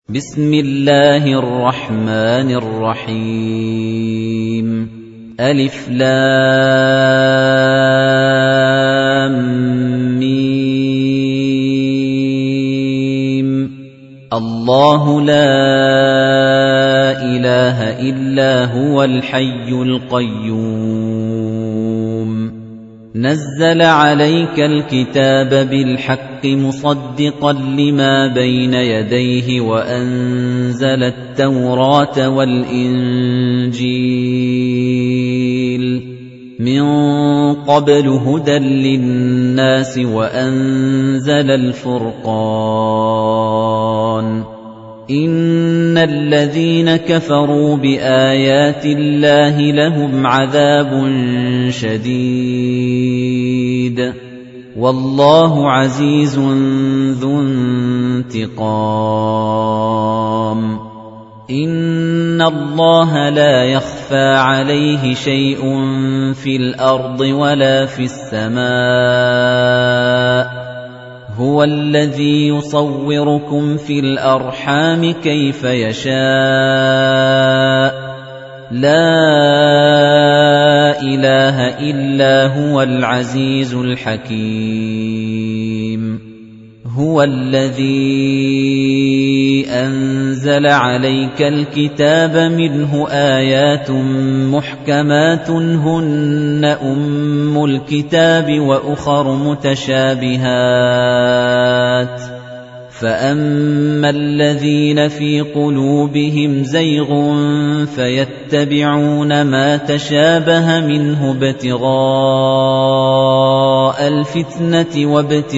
بسم الله الرحمن الرحيم ألف لام ميم الله لا إله إلا هو الحي القيوم نزل عليك الكتاب بالحق مصدقا لما بين يديه وأنزل التوراة والإنجيل من قبل هدى للناس وأنزل الفرقان إن الذين كفروا بآيات الله لهم عذاب شديد والله عزيز ذو انتقام إن الله لا يخفى عليه شيء في الأرض ولا في السماء هو الذي يصوركم في الأرحام كيف يشاء لا إله إلا هو العزيز الحكيم هو الذي أنزل عليك الكتاب منه آيات محكمات هن أم الكتاب وأخر متشابهات فأما الذين في قلوبهم زيغ فيتبعون ما تشابه منه ابتغاء الفتنة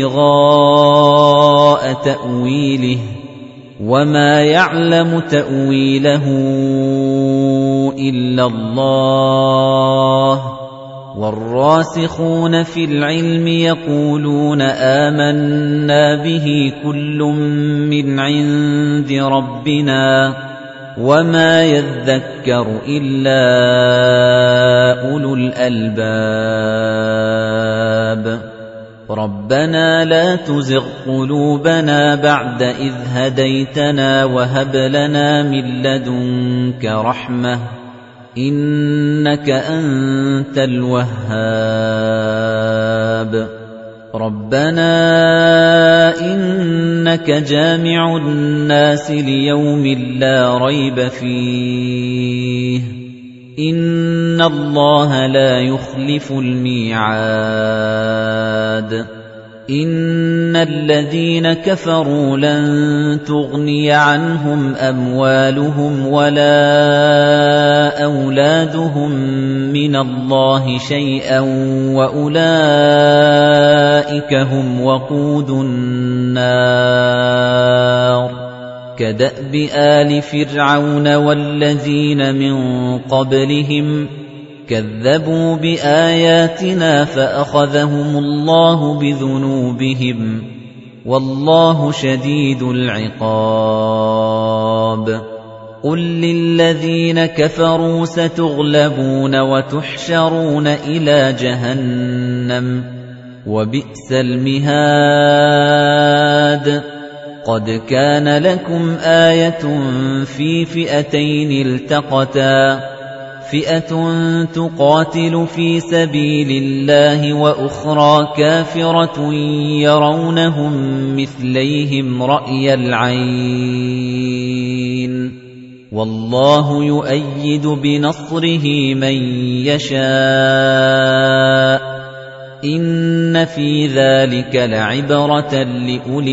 وابتغاء تأويله وما يعلم تأويله إلا الله والراسخون في العلم يقولون آمنا به كل من عند ربنا وما يذكر إلا أولو الألباب ربنا لا تزغ قلوبنا بعد إذ هديتنا وهب لنا من لدنك رحمة إنك أنت الوهاب ربنا إنك جامع الناس ليوم لا ريب فيه إن الله لا يخلف الميعاد إن الذين كفروا لن تغني عنهم أموالهم ولا أولادهم من الله شيئا وأولئك هم وقود النار كدأب آل فرعون والذين من قبلهم كذبوا بآياتنا فأخذهم الله بذنوبهم والله شديد العقاب قل للذين كفروا ستغلبون وتحشرون إلى جهنم وبئس المهاد قد كان لكم آية في فئتين التقتا فئة تقاتل في سبيل الله وأخرى كافرة يرونهم مثليهم رأي العين والله يؤيد بنصره من يشاء إن في ذلك لعبرة لأولي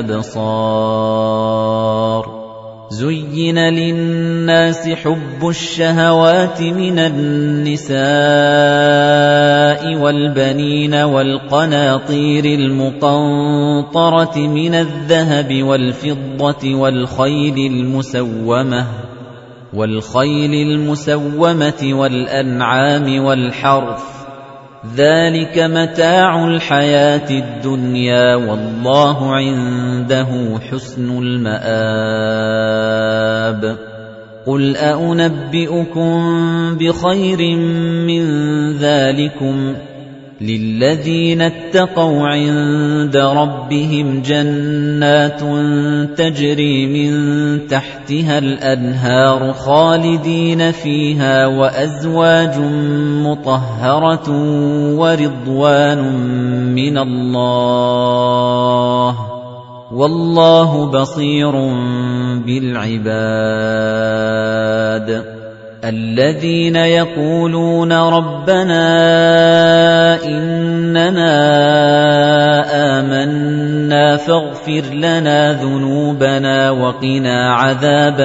الأبصار زين للناس حب الشهوات من النساء والبنين والقناطير المقنطرة من الذهب والفضة والخيل المسومة والأنعام والحرث ذلك متاع الحياة الدنيا والله عنده حسن المآب قل أنبئكم بخير من ذلكم لِلَّذِينَ اتَّقَوْا عِندَ رَبِّهِمْ جَنَّاتٌ تَجْرِي مِن تَحْتِهَا الْأَنْهَارُ خَالِدِينَ فِيهَا وَأَزْوَاجٌ مُطَهَّرَةٌ وَرِضْوَانٌ مِّنَ اللَّهِ ۗ وَاللَّهُ بَصِيرٌ بِالْعِبَادِ. الَّذِينَ يَقُولُونَ رَبَّنَا إِنَّنَا آمَنَّا فاغْفِرْ لَنَا ذُنُوبَنَا وَقِنَا عَذَابَ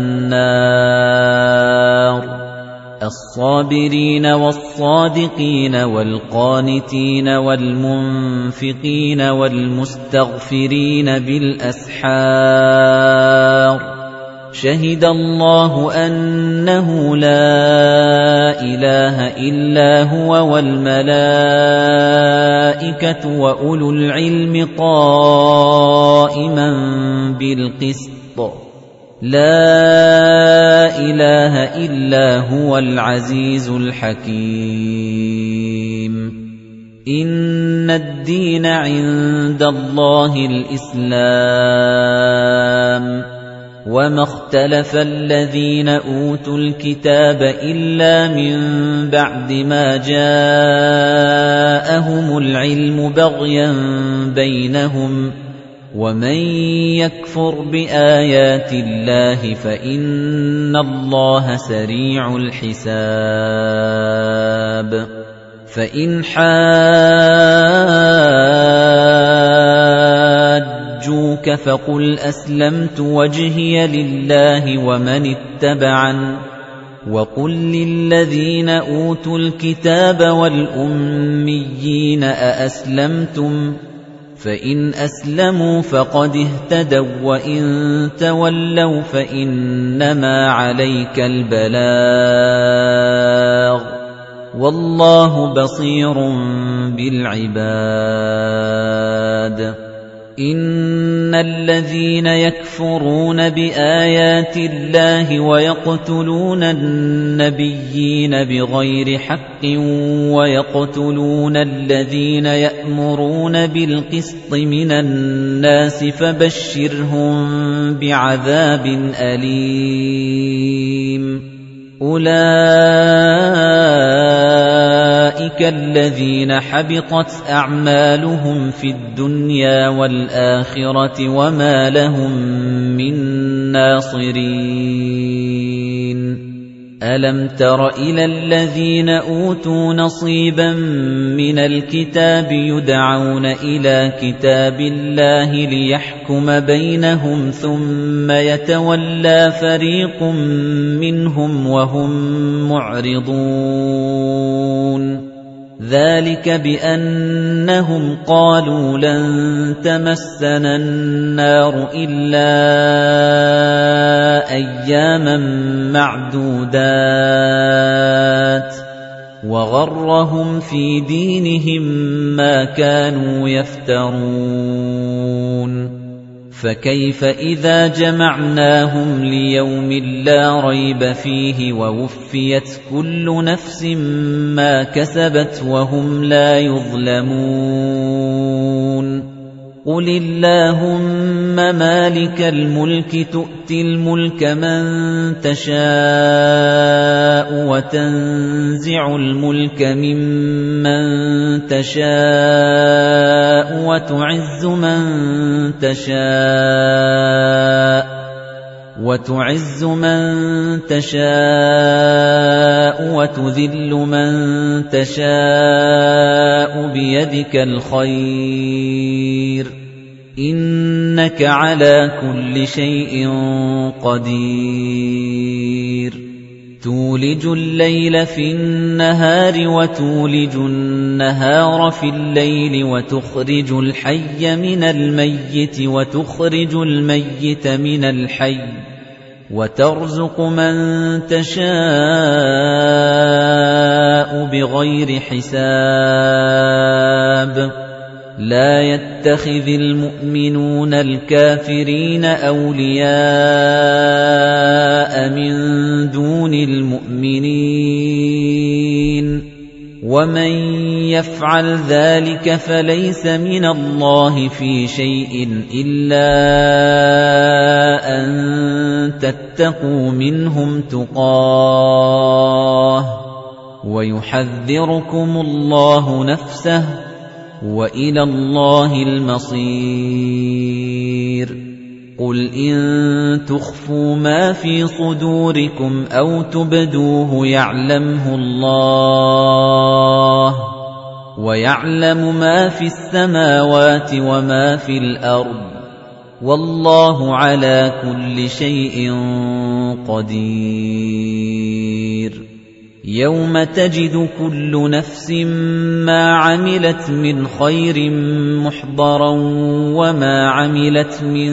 النَّارِ الصَّابِرِينَ وَالصَّادِقِينَ وَالْقَانِتِينَ وَالْمُنفِقِينَ وَالْمُسْتَغْفِرِينَ بِالْأَسْحَارِ شَهِدَ اللَّهُ أَنَّهُ لَا إِلَٰهَ إِلَّا هُوَ وَالْمَلَائِكَةُ وَأُولُو الْعِلْمِ قَائِمًا بِالْقِسْطِ لَا إِلَٰهَ إِلَّا هُوَ الْعَزِيزُ الْحَكِيمُ إِنَّ الدِّينَ عِندَ اللَّهِ الْإِسْلَامُ وَمَا اخْتَلَفَ الَّذِينَ أُوتُوا الْكِتَابَ إِلَّا مِن بَعْدِ مَا جَاءَهُمُ الْعِلْمُ بَغْيًا بَيْنَهُمْ ۗ وَمَن يَكْفُرْ بِآيَاتِ اللَّهِ فَإِنَّ اللَّهَ سَرِيعُ الْحِسَابِ. فَإِنْ حَاجُّوكَ فَقُلْ أَسْلَمْتُ وَجْهِيَ لِلَّهِ وَمَنِ اتَّبَعَنِ، وَقُل لِّلَّذِينَ أُوتُوا الْكِتَابَ وَالْأُمِّيِّينَ أَأَسْلَمْتُمْ ۖ فَإِنْ أَسْلَمُوا فَقَدِ اهْتَدَوا وَّإِن تَوَلَّوْا فَإِنَّمَا عَلَيْكَ الْبَلَاغُ ۗ وَاللَّهُ بَصِيرٌ بِالْعِبَادِ. إِنَّ الَّذِينَ يَكْفُرُونَ بِآيَاتِ اللَّهِ وَيَقْتُلُونَ النَّبِيِّينَ بِغَيْرِ حَقٍّ وَيَقْتُلُونَ الَّذِينَ يَأْمُرُونَ بِالْقِسْطِ مِنَ النَّاسِ فَبَشِّرْهُم بِعَذَابٍ أَلِيمٍ. أُولَئِكَ الَّذِينَ حَبِطَتْ أَعْمَالُهُمْ فِي الدُّنْيَا وَالْآخِرَةِ وَمَا لَهُم مِّن نَّاصِرِينَ. أَلَمْ تَرَ إِلَى الَّذِينَ أُوتُوا نَصِيبًا مِّنَ الْكِتَابِ يُدْعَوْنَ إِلَى كِتَابِ اللَّهِ لِيَحْكُمَ بَيْنَهُمْ ثُمَّ يَتَوَلَّىٰ فَرِيقٌ مِّنْهُمْ وَهُم مُّعْرِضُونَ. ذَلِكَ بِأَنَّهُمْ قَالُوا لَن تَمَسَّنَا النَّارُ إِلَّا أَيَّامًا مَّعْدُودَاتٍ وَغَرَّهُمْ فِي دِينِهِم مَّا كَانُوا يَفْتَرُونَ. فَكَيْفَ إِذَا جَمَعْنَاهُمْ لِيَوْمٍ لَّا رَيْبَ فِيهِ وَوُفِّيَتْ كُلُّ نَفْسٍ مَّا كَسَبَتْ وَهُمْ لَا يُظْلَمُونَ. قُلِ اللَّهُمَّ مَالِكَ الْمُلْكِ تُؤْتِي الْمُلْكَ مَن تَشَاءُ وَتَنزِعُ الْمُلْكَ مِمَّن تَشَاءُ وَتُعِزُّ مَن تَشَاءُ وَتُذِلُّ مَن تَشَاءُ بِيَدِكَ الْخَيْرُ ۖ إِنَّكَ عَلَى كُلِّ شَيْءٍ قَدِيرٌ. تُولِجُ اللَّيْلَ فِي النَّهَارِ وَتُولِجُ النَّهَارَ فِي اللَّيْلِ وَتُخْرِجُ الْحَيَّ مِنَ الْمَيِّتِ وَتُخْرِجُ الْمَيِّتَ مِنَ الْحَيِّ وَتَرْزُقُ مَن تَشَاءُ بِغَيْرِ حِسَابٍ. لَا يَتَّخِذِ الْمُؤْمِنُونَ الْكَافِرِينَ أَوْلِيَاءَ مِن دُونِ الْمُؤْمِنِينَ ۖ وَمَن يفعل ذلك فليس من الله في شيء إلا أن تتقوا منهم تقاه ويحذركم الله نفسه وإلى الله المصير قُلْ إِن تُخْفُوا مَا فِي صُدُورِكُمْ أَوْ تُبْدُوهُ يَعْلَمْهُ اللَّهُ وَيَعْلَمُ مَا فِي السَّمَاوَاتِ وَمَا فِي الْأَرْضِ وَاللَّهُ عَلَى كُلِّ شَيْءٍ قَدِيرٌ يَوْمَ تَجِدُ كُلُّ نَفْسٍ مَا عَمِلَتْ مِنْ خَيْرٍ مُحْضَرًا وَمَا عَمِلَتْ مِنْ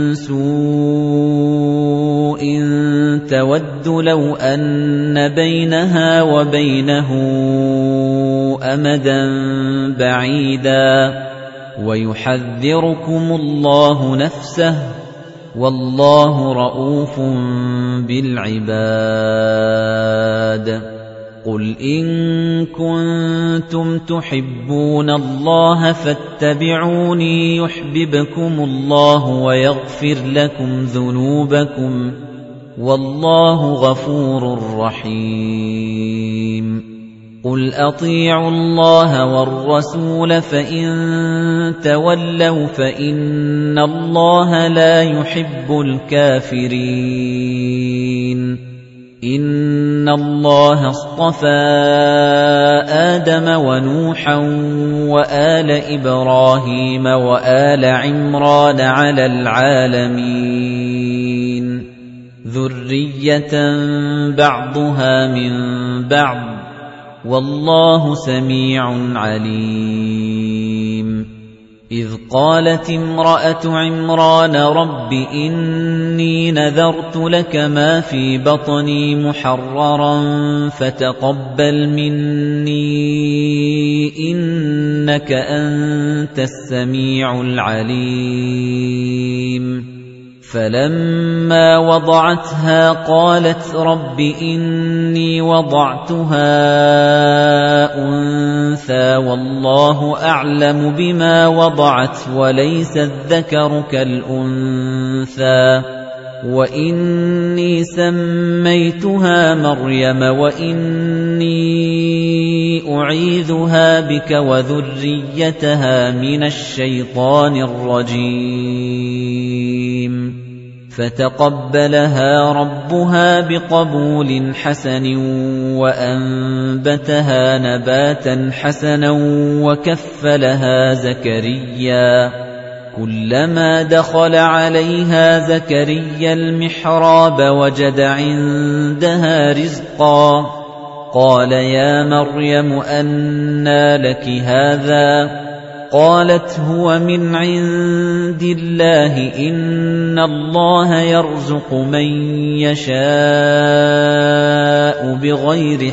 سُوءٍ تَوَدُّ لَوْ أَنَّ بَيْنَهَا وَبَيْنَهُ أَمَدًا بَعِيدًا وَيُحَذِّرُكُمُ اللَّهُ نَفْسَهُ وَاللَّهُ رَءُوفٌ بِالْعِبَادِ قُلْ إِن كُنتُمْ تُحِبُّونَ اللَّهَ فَاتَّبِعُونِي يُحْبِبْكُمُ اللَّهُ وَيَغْفِرْ لَكُمْ ذُنُوبَكُمْ وَاللَّهُ غَفُورٌ رَّحِيمٌ قُلْ أَطِيعُوا اللَّهَ وَالرَّسُولَ فَإِن تَوَلَّوْا فَإِنَّ اللَّهَ لَا يُحِبُّ الْكَافِرِينَ إِنَّ اللَّهَ اصْطَفَى آدَمَ وَنُوحًا وَآلَ إِبْرَاهِيمَ وَآلَ عِمْرَانَ عَلَى الْعَالَمِينَ ذُرِّيَّةً بَعْضُهَا مِن بَعْضٍ وَاللَّهُ سَمِيعٌ عَلِيمٌ إِذْ قَالَتِ امْرَأَتُ عِمْرَانَ رَبِّ إِنِّي نَذَرْتُ لَكَ مَا فِي بَطْنِي مُحَرَّرًا فَتَقَبَّلْ مِنِّي إِنَّكَ أَنتَ السَّمِيعُ الْعَلِيمُ فَلَمَّا وَضَعَتْهَا قَالَتْ رَبِّ إِنِّي وَضَعْتُهَا أُنثَىٰ وَاللَّهُ أَعْلَمُ بِمَا وَضَعَتْ وَلَيْسَ الذَّكَرُ كَالْأُنثَىٰ وَإِنِّي سَمَّيْتُهَا مَرْيَمَ وَإِنِّي أُعِيذُهَا بِكَ وَذُرِّيَّتَهَا مِنَ الشَّيْطَانِ الرَّجِيمِ فَتَقَبَّلَهَا رَبُّهَا بِقَبُولٍ حَسَنٍ وَأَنبَتَهَا نَبَاتًا حَسَنًا وَكَفَّلَهَا زَكَرِيَّا كُلَّمَا دَخَلَ عَلَيْهَا زَكَرِيَّا الْمِحْرَابَ وَجَدَ عِندَهَا رِزْقًا قَالَ يَا مَرْيَمُ أَنَّىٰ لَكِ هَٰذَا قَالَتْ هُوَ مِنْ عِندِ اللَّهِ إِنَّ اللَّهَ يَرْزُقُ مَن يَشَاءُ بِغَيْرِ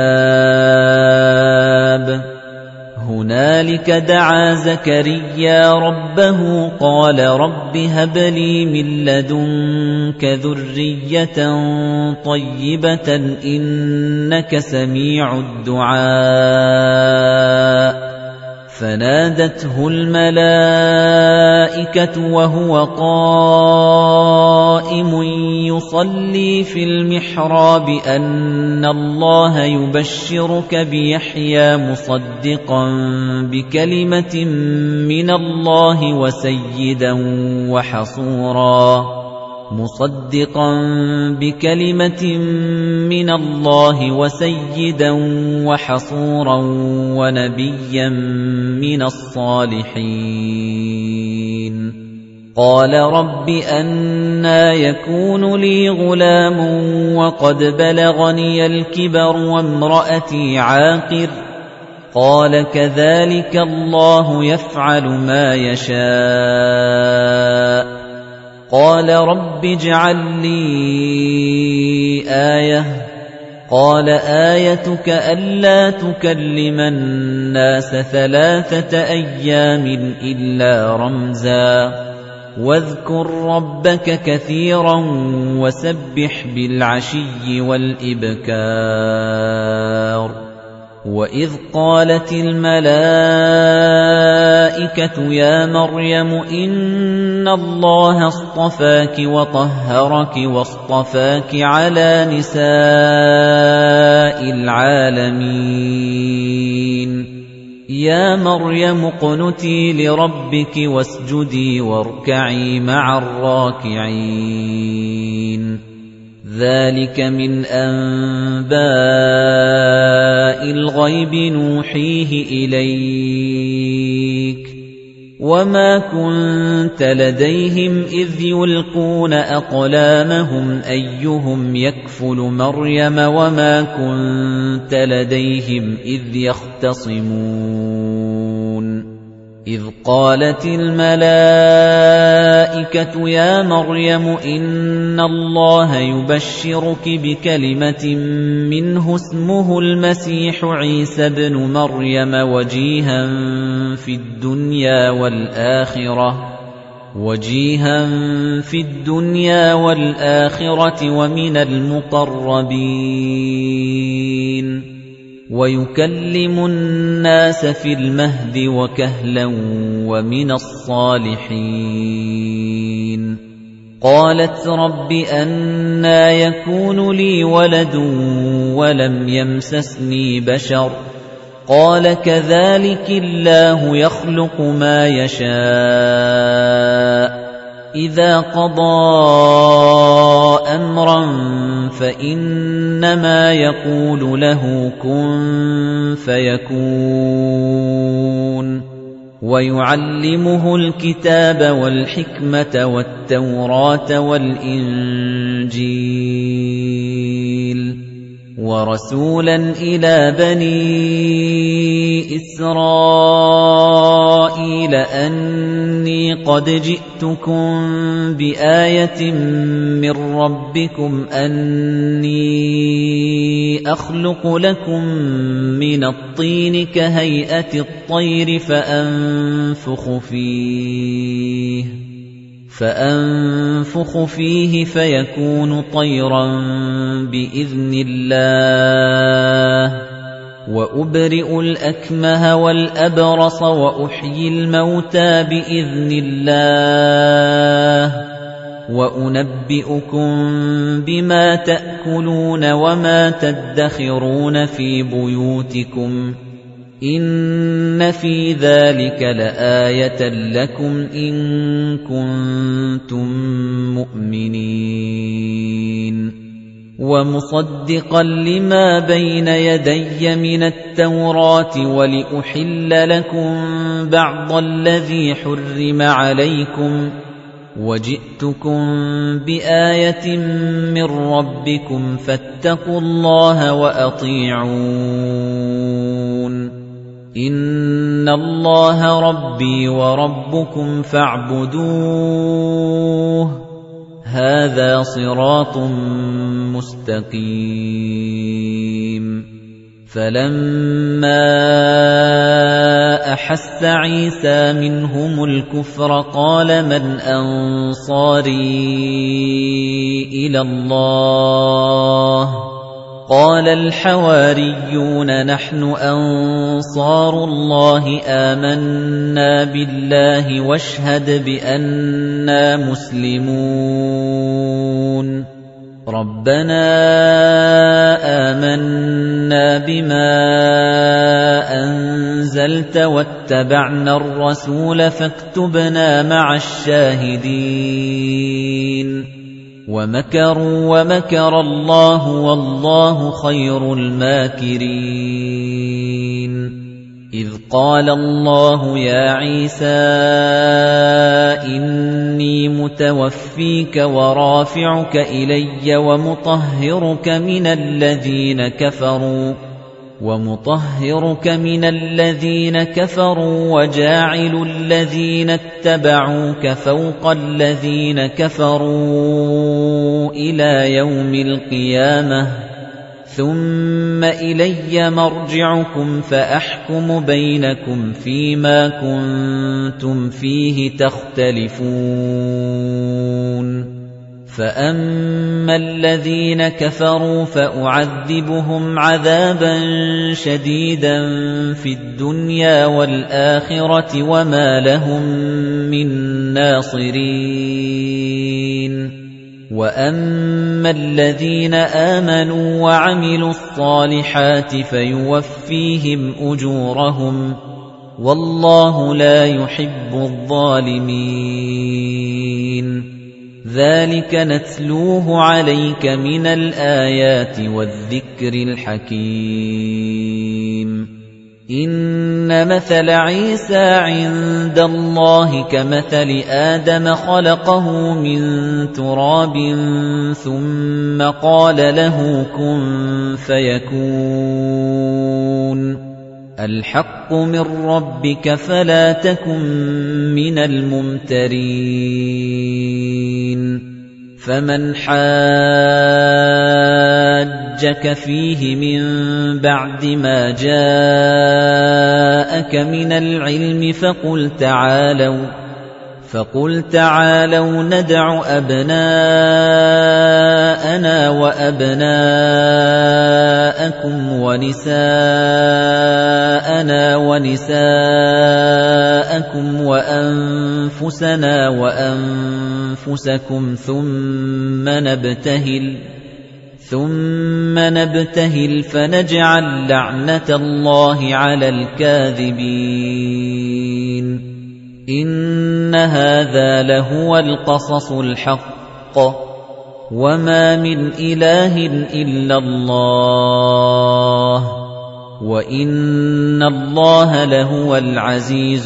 حِسَابٍ هُنَالِكَ دَعَا زَكَرِيَّا رَبَّهُ قَالَ رَبِّ هَبْ لِي مِن لَّدُنكَ ذُرِّيَّةً طَيِّبَةً إِنَّكَ سَمِيعُ الدُّعَاءِ فَنَادَتْهُ الْمَلَائِكَةُ وَهُوَ قَائِمٌ يُصَلِّي فِي الْمِحْرَابِ أَنَّ اللَّهَ يُبَشِّرُكَ بِيَحْيَىٰ مُصَدِّقًا بِكَلِمَةٍ مِّنَ اللَّهِ وَسَيِّدًا وَحَصُورًا وَنَبِيًّا مِّنَ الصَّالِحِينَ قَالَ رَبِّ أَنَّىٰ يَكُونُ لِي غُلَامٌ وَقَدْ بَلَغَنِيَ الْكِبَرُ وَامْرَأَتِي عَاقِرٌ قَالَ كَذَٰلِكَ اللَّهُ يَفْعَلُ مَا يَشَاءُ قَالَ رَبِّ اجْعَل لِّي آيَةً قَالَ آيَتُكَ أَلَّا تُكَلِّمَ النَّاسَ 3 أيام إِلَّا رَمْزًا وَاذْكُر رَّبَّكَ كَثِيرًا وَسَبِّحْ بِالْعَشِيِّ وَالْإِبْكَارِ وَإِذْ قَالَتِ الْمَلَائِكَةُ يَا مَرْيَمُ إِنَّ اللَّهَ اصْطَفَاكِ وَطَهَّرَكِ وَاصْطَفَاكِ عَلَى نِسَاءِ الْعَالَمِينَ يَا مَرْيَمُ اقْنُتِي لِرَبِّكِ وَاسْجُدِي وَارْكَعِي مَعَ الرَّاكِعِينَ ذَلِكَ مِنْ أَنبَاءِ الْغَيْبِ نُوحِيهِ إِلَيْكَ وَمَا كُنتَ لَدَيْهِمْ إِذْ يُلْقُونَ أَقْلَامَهُمْ أَيُّهُمْ يَكْفُلُ مَرْيَمَ وَمَا كُنتَ لَدَيْهِمْ إِذْ يَخْتَصِمُونَ إِذْ قَالَتِ الْمَلَائِكَةُ يَا مَرْيَمُ إِنَّ اللَّهَ يُبَشِّرُكِ بِكَلِمَةٍ مِّنْهُ اسْمُهُ الْمَسِيحُ عِيسَى ابْنُ مَرْيَمَ وَجِيهًا فِي الدُّنْيَا وَالْآخِرَةِ وَمِنَ الْمُقَرَّبِينَ وَيُكَلِّمُ النَّاسَ فِي الْمَهْدِ وَكَهْلًا وَمِنَ الصَّالِحِينَ قَالَتْ رَبِّ أَنَّىٰ يَكُونُ لِي وَلَدٌ وَلَمْ يَمْسَسْنِي بَشَرٌ قَالَ كَذَٰلِكِ اللَّهُ يَخْلُقُ مَا يَشَاءُ إِذَا قَضَىٰ أَمْرًا فَإِنَّمَا يَقُولُ لَهُ كُن فَيَكُونُ وَيُعَلِّمُهُ الْكِتَابَ وَالْحِكْمَةَ وَالتَّوْرَاةَ وَالْإِنجِيلَ وَرَسُولًا إِلَىٰ بَنِي إِسْرَائِيلَ أَنِّي قَدْ جِئْتُكُم بِآيَةٍ مِّن رَّبِّكُمْ أَنِّي أَخْلُقُ لَكُم مِّنَ الطِّينِ كَهَيْئَةِ الطَّيْرِ فَأَنفُخُ فِيهِ فَيَكُونُ طَيْرًا بِإِذْنِ اللَّهِ وَأُبْرِئُ الْأَكْمَهَ وَالْأَبْرَصَ وَأُحْيِي الْمَوْتَىٰ بِإِذْنِ اللَّهِ وَأُنَبِّئُكُم بِمَا تَأْكُلُونَ وَمَا تَدَّخِرُونَ فِي بُيُوتِكُمْ إِنَّ فِي ذَلِكَ لَآيَةً لَّكُمْ إِن كُنتُم مُّؤْمِنِينَ وَمُصَدِّقًا لِّمَا بَيْنَ يَدَيَّ مِنَ التَّوْرَاةِ وَلِأُحِلَّ لَكُم بَعْضَ الَّذِي حُرِّمَ عَلَيْكُمْ وَجِئْتُكُم بِآيَةٍ مِّن رَّبِّكُمْ فَاتَّقُوا اللَّهَ وَأَطِيعُونِ إِنَّ اللَّهَ رَبِّي وَرَبُّكُمْ فَاعْبُدُوهُ هَذَا صِرَاطٌ مُّسْتَقِيمٌ فَلَمَّا أَحَسَّ عِيسَىٰ مِنْهُمُ الْكُفْرَ قَالَ مَنْ أَنصَارِي إِلَى اللَّهِ قَالَ الْحَوَارِيُّونَ نَحْنُ أَنصَارُ اللَّهِ آمَنَّا بِاللَّهِ وَاشْهَدْ بِأَنَّا مُسْلِمُونَ رَبَّنَا آمَنَّا بِمَا أَنزَلْتَ وَاتَّبَعْنَا الرَّسُولَ فَاكْتُبْنَا مَعَ الشَّاهِدِينَ وَمَكَرُوا وَمَكَرَ اللَّهُ وَاللَّهُ خَيْرُ الْمَاكِرِينَ إِذْ قَالَ اللَّهُ يَا عِيسَىٰ إِنِّي مُتَوَفِّيكَ وَرَافِعُكَ إِلَيَّ وَمُطَهِّرُكَ مِنَ الَّذِينَ كَفَرُوا وَجَاعِلُ الَّذِينَ اتَّبَعُوكَ فَوْقَ الَّذِينَ كَفَرُوا إِلَى يَوْمِ الْقِيَامَةِ ثُمَّ إِلَيَّ مَرْجِعُكُمْ فَأَحْكُمُ بَيْنَكُمْ فِيمَا كُنتُمْ فِيهِ تَخْتَلِفُونَ فَأَمَّا الَّذِينَ كَفَرُوا فَأُعَذِّبُهُمْ عَذَابًا شَدِيدًا فِي الدُّنْيَا وَالْآخِرَةِ وَمَا لَهُم مِّن نَّاصِرِينَ وَأَمَّا الَّذِينَ آمَنُوا وَعَمِلُوا الصَّالِحَاتِ فَيُوَفِّيهِمْ أُجُورَهُمْ وَاللَّهُ لَا يُحِبُّ الظَّالِمِينَ ذَلِكَ نَتْلُوهُ عَلَيْكَ مِنَ الْآيَاتِ وَالذِّكْرِ الْحَكِيمِ إِنَّ مَثَلَ عِيسَى عِندَ اللَّهِ كَمَثَلِ آدَمَ خَلَقَهُ مِن تُرَابٍ ثُمَّ قَالَ لَهُ كُن فَيَكُونُ الْحَقُّ مِن رَّبِّكَ فَلَا تَكُن مِّنَ الْمُمْتَرِينَ فَمَنْ حَاجَّكَ فِيهِ مِن بَعْدِ مَا جَاءَكَ مِنَ الْعِلْمِ فَقُلْ تَعَالَوْا نَدْعُ أَبْنَاءَنَا وَأَبْنَاءَكُمْ وَنِسَاءَنَا وَنِسَاءَكُمْ وَأَنفُسَنَا وَأَنفُسَكُمْ ثُمَّ نَبْتَهِلْ فَنَجْعَلْ لَعْنَةَ اللَّهِ عَلَى الْكَاذِبِينَ إِنَّ هَذَا لَهُوَ الْقَصَصُ الْحَقُّ وَمَا مِنْ إِلَٰهٍ إِلَّا اللَّهُ وَإِنَّ اللَّهَ لَهُوَ الْعَزِيزُ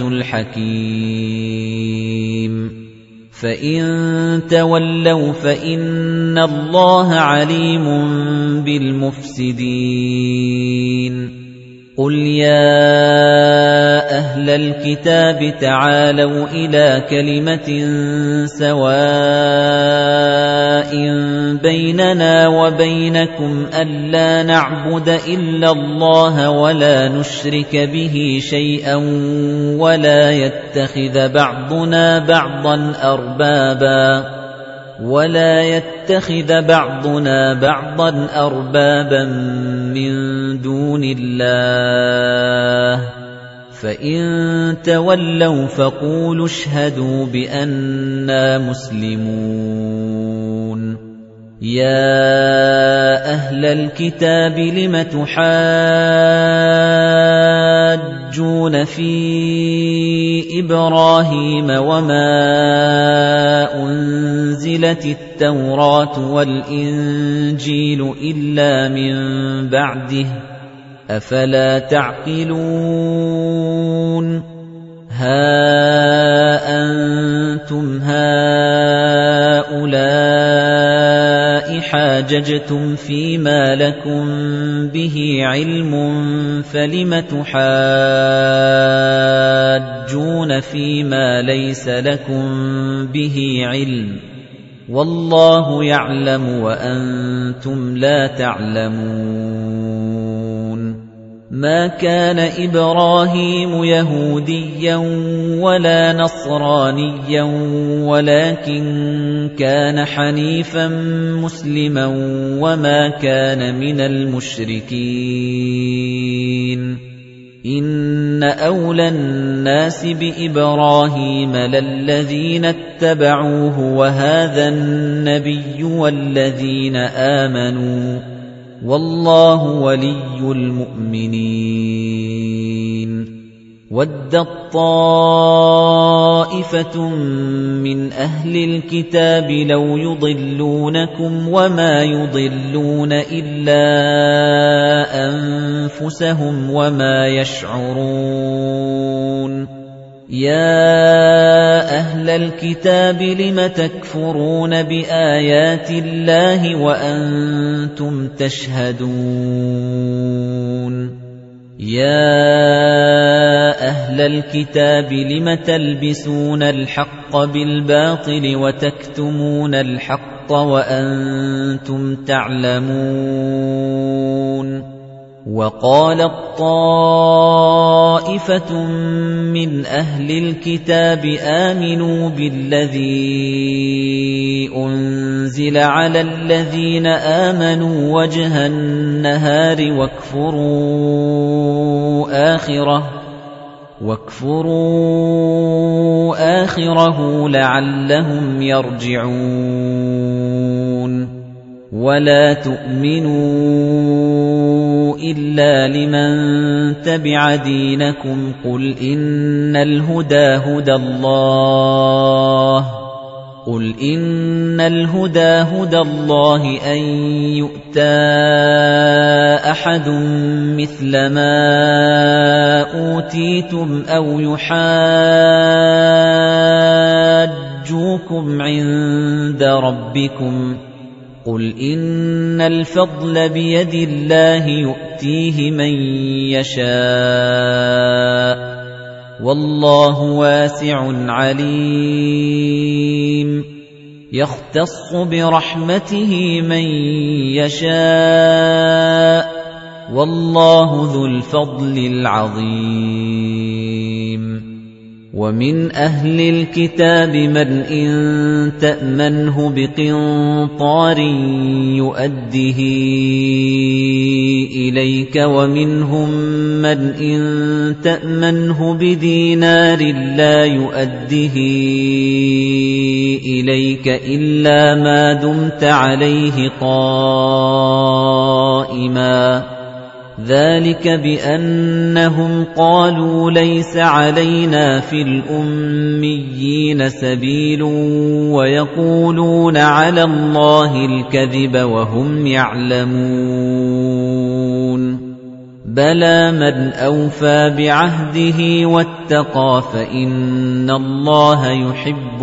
الْحَكِيمُ فَإِن تَوَلَّوْا فَإِنَّ اللَّهَ عَلِيمٌ بِالْمُفْسِدِينَ قُلْ يَا أَهْلَ الْكِتَابِ تَعَالَوْا إِلَىٰ كَلِمَةٍ سَوَاءٍ بَيْنَنَا وَبَيْنَكُمْ أَلَّا نَعْبُدَ إِلَّا اللَّهَ وَلَا نُشْرِكَ بِهِ شَيْئًا وَلَا يَتَّخِذَ بَعْضُنَا بَعْضًا أَرْبَابًا مِّن دُونِ اللَّهِ فَإِن تَوَلَّوْا فَقُولُوا اشْهَدُوا بِأَنَّا مسلمون يَا أَهْلَ الْكِتَابِ لِمَ تُحَاجُّونَ فِي إِبْرَاهِيمَ وَمَا أُنزِلَتِ التَّوْرَاةُ وَالْإِنجِيلُ إِلَّا مِن بَعْدِهِ ۚ أَفَلَا تَعْقِلُونَ هَا أَنتُمْ هَٰؤُلَاءِ حَاجَجْتُمْ فِيمَا لَكُم بِهِ عِلْمٌ فَلِمَ تُحَاجُّونَ فِيمَا لَيْسَ لَكُم بِهِ عِلْمٌ ۚ وَاللَّهُ يَعْلَمُ وَأَنتُمْ لَا تَعْلَمُونَ مَا كَانَ إِبْرَاهِيمُ يَهُودِيًّا وَلَا نَصْرَانِيًّا وَلَكِن كَانَ حَنِيفًا مُسْلِمًا وَمَا كَانَ مِنَ الْمُشْرِكِينَ إِنَّ أَوْلَى النَّاسِ بِإِبْرَاهِيمَ لَلَّذِينَ اتَّبَعُوهُ وَهَٰذَا النَّبِيُّ وَالَّذِينَ آمَنُوا ۗ وَاللَّهُ وَلِيُّ الْمُؤْمِنِينَ وَدَّت طَّائِفَةٌ مِّنْ أَهْلِ الْكِتَابِ لَوْ يُضِلُّونَكُمْ وَمَا يُضِلُّونَ إِلَّا أَنفُسَهُمْ وَمَا يَشْعُرُونَ يَا أَهْلَ الْكِتَابِ لِمَ تَكْفُرُونَ بِآيَاتِ اللَّهِ وَأَنتُمْ تَشْهَدُونَ يَا أَهْلَ الْكِتَابِ لِمَ تَلْبِسُونَ الْحَقَّ بِالْبَاطِلِ وَتَكْتُمُونَ الْحَقَّ وَأَنتُمْ تَعْلَمُونَ وَقَالَت طَّائِفَةٌ مِّنْ أَهْلِ الْكِتَابِ آمِنُوا بِالَّذِي أُنزِلَ عَلَى الَّذِينَ آمَنُوا وَجْهَ النَّهَارِ وَاكْفُرُوا آخِرَهُ لَعَلَّهُمْ يَرْجِعُونَ وَلَا تُؤْمِنُوا إِلَّا لِمَن تَبِعَ دِينَكُمْ قُلْ إِنَّ الْهُدَى هُدَى اللَّهِ أَن يُؤْتَىٰ أَحَدٌ مِّثْلَ مَا أُوتِيتُمْ أَوْ يُحَاجُّوكُمْ عِندَ رَبِّكُمْ قُلْ إِنَّ الْفَضْلَ بِيَدِ اللَّهِ يُؤْتِيهِ مَن يَشَاءُ وَاللَّهُ وَاسِعٌ عَلِيمٌ يَخْتَصُّ بِرَحْمَتِهِ مَن يَشَاءُ وَاللَّهُ ذُو الْفَضْلِ الْعَظِيمِ وَمِنْ أَهْلِ الْكِتَابِ مَنْ إِن تَأْمَنْهُ بِقِنطَارٍ يُؤَدِّهِ إِلَيْكَ وَمِنْهُم مَّنْ إِن تَأْمَنْهُ بِدِينَارٍ لَّا يُؤَدِّهِ إِلَيْكَ إِلَّا مَا دُمْتَ عَلَيْهِ قَائِمًا ذَلِكَ بِأَنَّهُمْ قَالُوا لَيْسَ عَلَيْنَا فِي الْأُمِّيِّينَ سَبِيلٌ وَيَقُولُونَ عَلَى اللَّهِ الْكَذِبَ وَهُمْ يَعْلَمُونَ بَلَىٰ مَنْ أَوْفَىٰ بِعَهْدِهِ وَاتَّقَىٰ فَإِنَّ اللَّهَ يُحِبُّ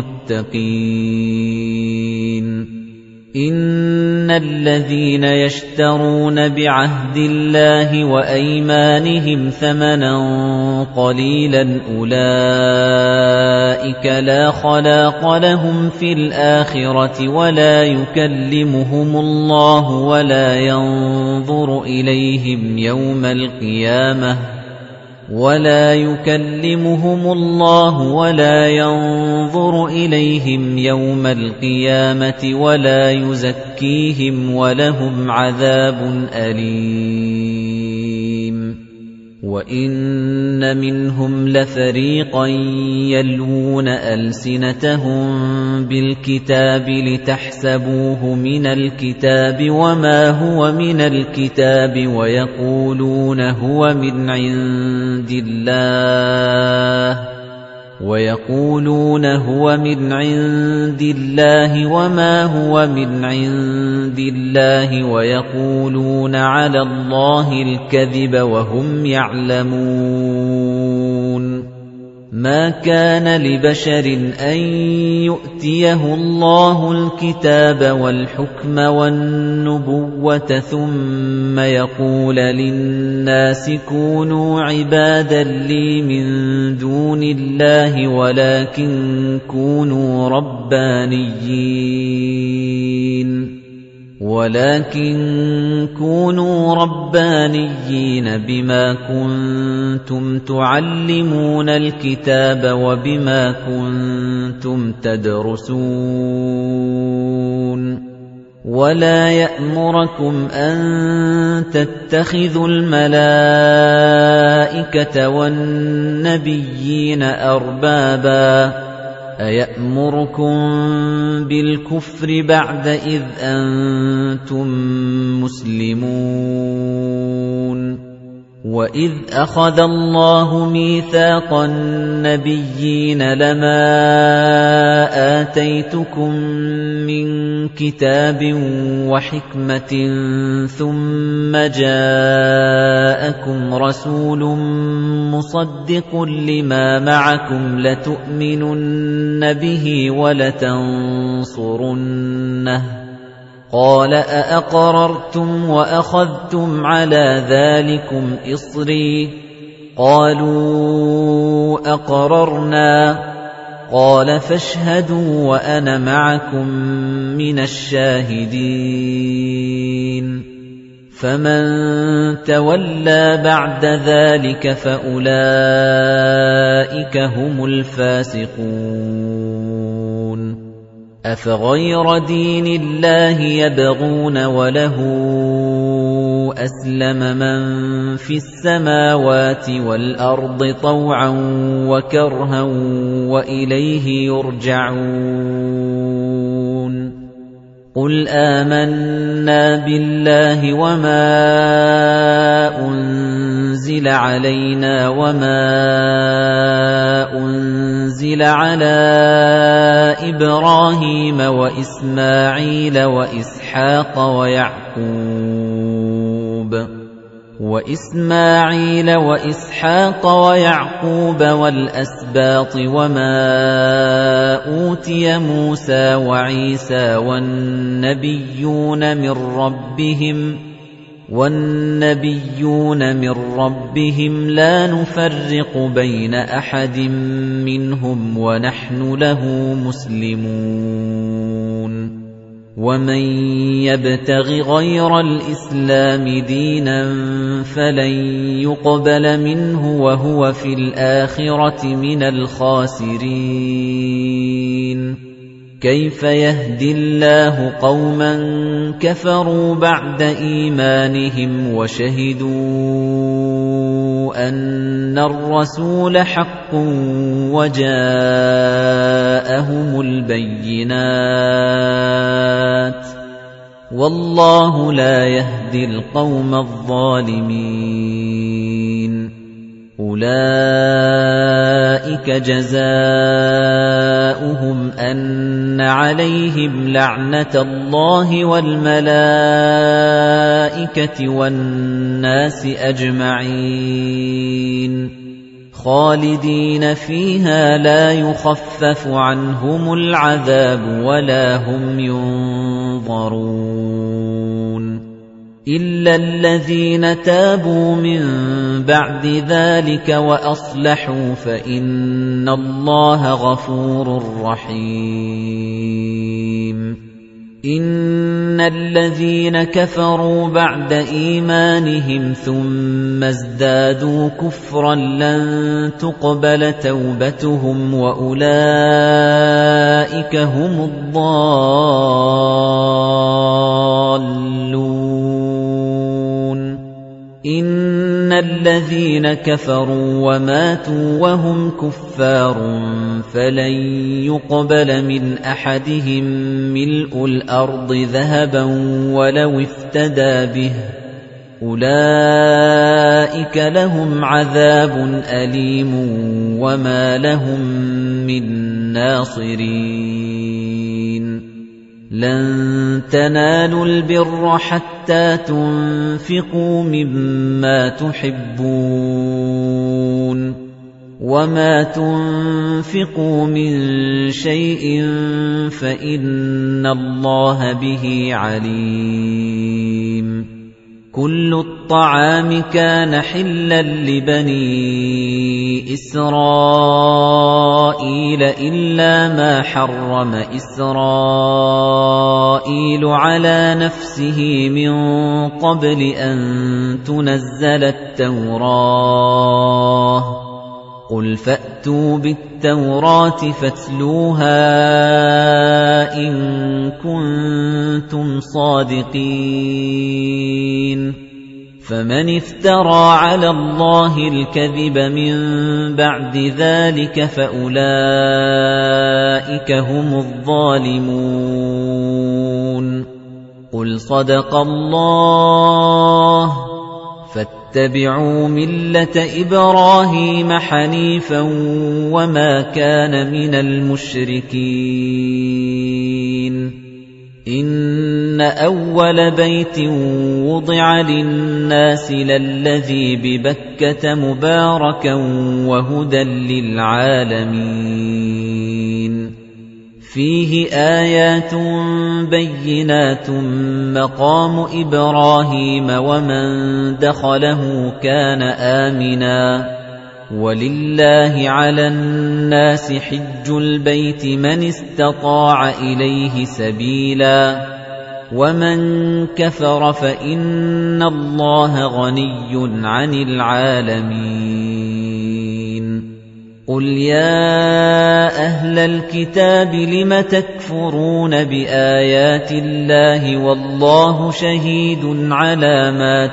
الْمُتَّقِينَ إِنَّ الَّذِينَ يَشْتَرُونَ بِعَهْدِ اللَّهِ وَأَيْمَانِهِمْ ثَمَنًا قَلِيلًا أُولَئِكَ لَا خَلَاقَ لَهُمْ فِي الْآخِرَةِ وَلَا يُكَلِّمُهُمُ اللَّهُ وَلَا يَنظُرُ إِلَيْهِمْ يَوْمَ الْقِيَامَةِ وَلَا يُزَكِّيهِمْ وَلَهُمْ عَذَابٌ أَلِيمٌ وَإِنَّ مِنْهُمْ لَفَرِيقًا يَلْوُونَ أَلْسِنَتَهُم بِالْكِتَابِ لِتَحْسَبُوهُ مِنَ الْكِتَابِ وَمَا هُوَ مِنَ الْكِتَابِ وَيَقُولُونَ هُوَ مِنْ عِندِ اللَّهِ وَمَا هُوَ مِنْ عِندِ اللَّهِ وَيَقُولُونَ عَلَى اللَّهِ الْكَذِبَ وَهُمْ يَعْلَمُونَ مَا كَانَ لِبَشَرٍ أَن يُؤْتِيَهُ اللَّهُ الْكِتَابَ وَالْحُكْمَ وَالنُّبُوَّةَ ثُمَّ يَقُولَ لِلنَّاسِ كُونُوا عِبَادًا لِّي مِن دُونِ اللَّهِ وَلَكِن كُونُوا رَبَّانِيِّينَ بِمَا كُنتُمْ تُعَلِّمُونَ الْكِتَابَ وَبِمَا كُنتُمْ تَدْرُسُونَ وَلَا يَأْمُرَكُمْ أَن تَتَّخِذُوا الْمَلَائِكَةَ وَالنَّبِيِّينَ أَرْبَابًا أَيَأْمُرُكُم بِالْكُفْرِ بَعْدَ إِذْ أَنتُم مُّسْلِمُونَ وَإِذْ أَخَذَ اللَّهُ مِيثَاقَ النَّبِيِّينَ لَمَا آتَيْتُكُم مِّن كِتَابٍ وَحِكْمَةٍ ثُمَّ جَاءَكُمْ رَسُولٌ مُّصَدِّقٌ لِّمَا مَعَكُمْ لَتُؤْمِنُنَّ بِهِ وَلَتَنصُرُنَّهُ قَالَ أَأَقْرَرْتُمْ وَأَخَذْتُمْ عَلَى ذَلِكُمْ إِصْرِي قَالُوا أَقْرَرْنَا قَالَ فَاشْهَدُوا وَأَنَا مَعَكُمْ مِنَ الشَّاهِدِينَ فَمَن تَوَلَّىٰ بَعْدَ ذَٰلِكَ فَأُولَٰئِكَ هُمُ الْفَاسِقُونَ أَفَغَيْرَ دِينِ اللَّهِ يَبْغُونَ وَلَهُ أَسْلَمَ مَن فِي السَّمَاوَاتِ وَالْأَرْضِ طَوْعًا وَكَرْهًا وَإِلَيْهِ يُرْجَعُونَ قُلْ آمَنَّا بِاللَّهِ وَمَا أُنزِلَ عَلَيْنَا وَمَا أُنزِلَ عَلَىٰ إِبْرَاهِيمَ وَإِسْمَاعِيلَ وَإِسْحَاقَ وَيَعْقُوبَ وَالْأَسْبَاطِ وَمَا أُوتِيَ مُوسَىٰ وَعِيسَىٰ وَالنَّبِيُّونَ مِن رَّبِّهِمْ لَا نُفَرِّقُ بَيْنَ أَحَدٍ مِّنْهُمْ وَنَحْنُ لَهُ مُسْلِمُونَ وَمَن يَبْتَغِ غَيْرَ الْإِسْلَامِ دِينًا فَلَن يُقْبَلَ مِنْهُ وَهُوَ فِي الْآخِرَةِ مِنَ الْخَاسِرِينَ كَيْفَ يَهْدِي اللَّهُ قَوْمًا كَفَرُوا بَعْدَ إِيمَانِهِمْ وَشَهِدُوا أَنَّ الرَّسُولَ حَقٌّ وَجَاءَهُمُ الْبَيِّنَاتُ وَاللَّهُ لَا يَهْدِي الْقَوْمَ الظَّالِمِينَ أُولَئِكَ جَزَاؤُهُمْ أَنَّ عَلَيْهِمْ لَعْنَةَ اللَّهِ وَالْمَلَائِكَةِ وَالنَّاسِ أَجْمَعِينَ خَالِدِينَ فِيهَا لَا يُخَفَّفُ عَنْهُمُ الْعَذَابُ وَلَا هُمْ يُنظَرُونَ إِلَّا الَّذِينَ تَابُوا مِن بَعْدِ ذَلِكَ وَأَصْلَحُوا فَإِنَّ اللَّهَ غَفُورٌ رَّحِيمٌ إِنَّ الَّذِينَ كَفَرُوا بَعْدَ إِيمَانِهِمْ ثُمَّ ازْدَادُوا كُفْرًا لَّن تُقْبَلَ تَوْبَتُهُمْ وَأُولَٰئِكَ هُمُ الضَّالُّونَ إِنَّ الَّذِينَ كَفَرُوا وَمَاتُوا وَهُمْ كُفَّارٌ فَلَن يُقْبَلَ مِنْ أَحَدِهِم مِّلْءُ الْأَرْضِ ذَهَبًا وَلَوِ افْتَدَىٰ بِهِ أُولَٰئِكَ لَهُمْ عَذَابٌ أَلِيمٌ وَمَا لَهُم مِّن نَّاصِرِينَ لَن تَنَالُوا الْبِرَّ حَتَّىٰ تُنفِقُوا مِمَّا تُحِبُّونَ وَمَا تُنفِقُوا مِن شَيْءٍ فَإِنَّ اللَّهَ بِهِ عَلِيمٌ كُلُّ الطَّعَامِ كَانَ حِلًّا لِّبَنِي إِسْرَائِيلَ إِلَّا مَا حَرَّمَ إِسْرَائِيلُ عَلَىٰ نَفْسِهِ مِن قَبْلِ أَن تُنَزَّلَ التَّوْرَاةُ قُلْ فَأْتُوا بِالتَّوْرَاةِ فَاتْلُوهَا إِن كُنتُمْ صَادِقِينَ فَمَنِ افْتَرَىٰ عَلَى اللَّهِ الْكَذِبَ مِن بَعْدِ ذَلِكَ فَأُولَٰئِكَ هُمُ الظَّالِمُونَ قُلْ صَدَقَ اللَّهُ فَاتَّبِعُوا مِلَّةَ إِبْرَاهِيمَ حَنِيفًا وَمَا كَانَ مِنَ الْمُشْرِكِينَ إِنَّ أَوَّلَ بَيْتٍ وُضِعَ لِلنَّاسِ لَلَّذِي بِبَكَّةَ مُبَارَكًا وَهُدًى لِّلْعَالَمِينَ فِيهِ آيَاتٌ بَيِّنَاتٌ مَّقَامُ إِبْرَاهِيمَ وَمَن دَخَلَهُ كَانَ آمِنًا وَلِلَّهِ عَلَى النَّاسِ حِجُّ الْبَيْتِ مَنِ اسْتَطَاعَ إِلَيْهِ سَبِيلًا وَمَن كَفَرَ فَإِنَّ اللَّهَ غَنِيٌّ عَنِ الْعَالَمِينَ قُلْ يَا أَهْلَ الْكِتَابِ لِمَ تَكْفُرُونَ بِآيَاتِ اللَّهِ وَاللَّهُ شَهِيدٌ عَلَى مَا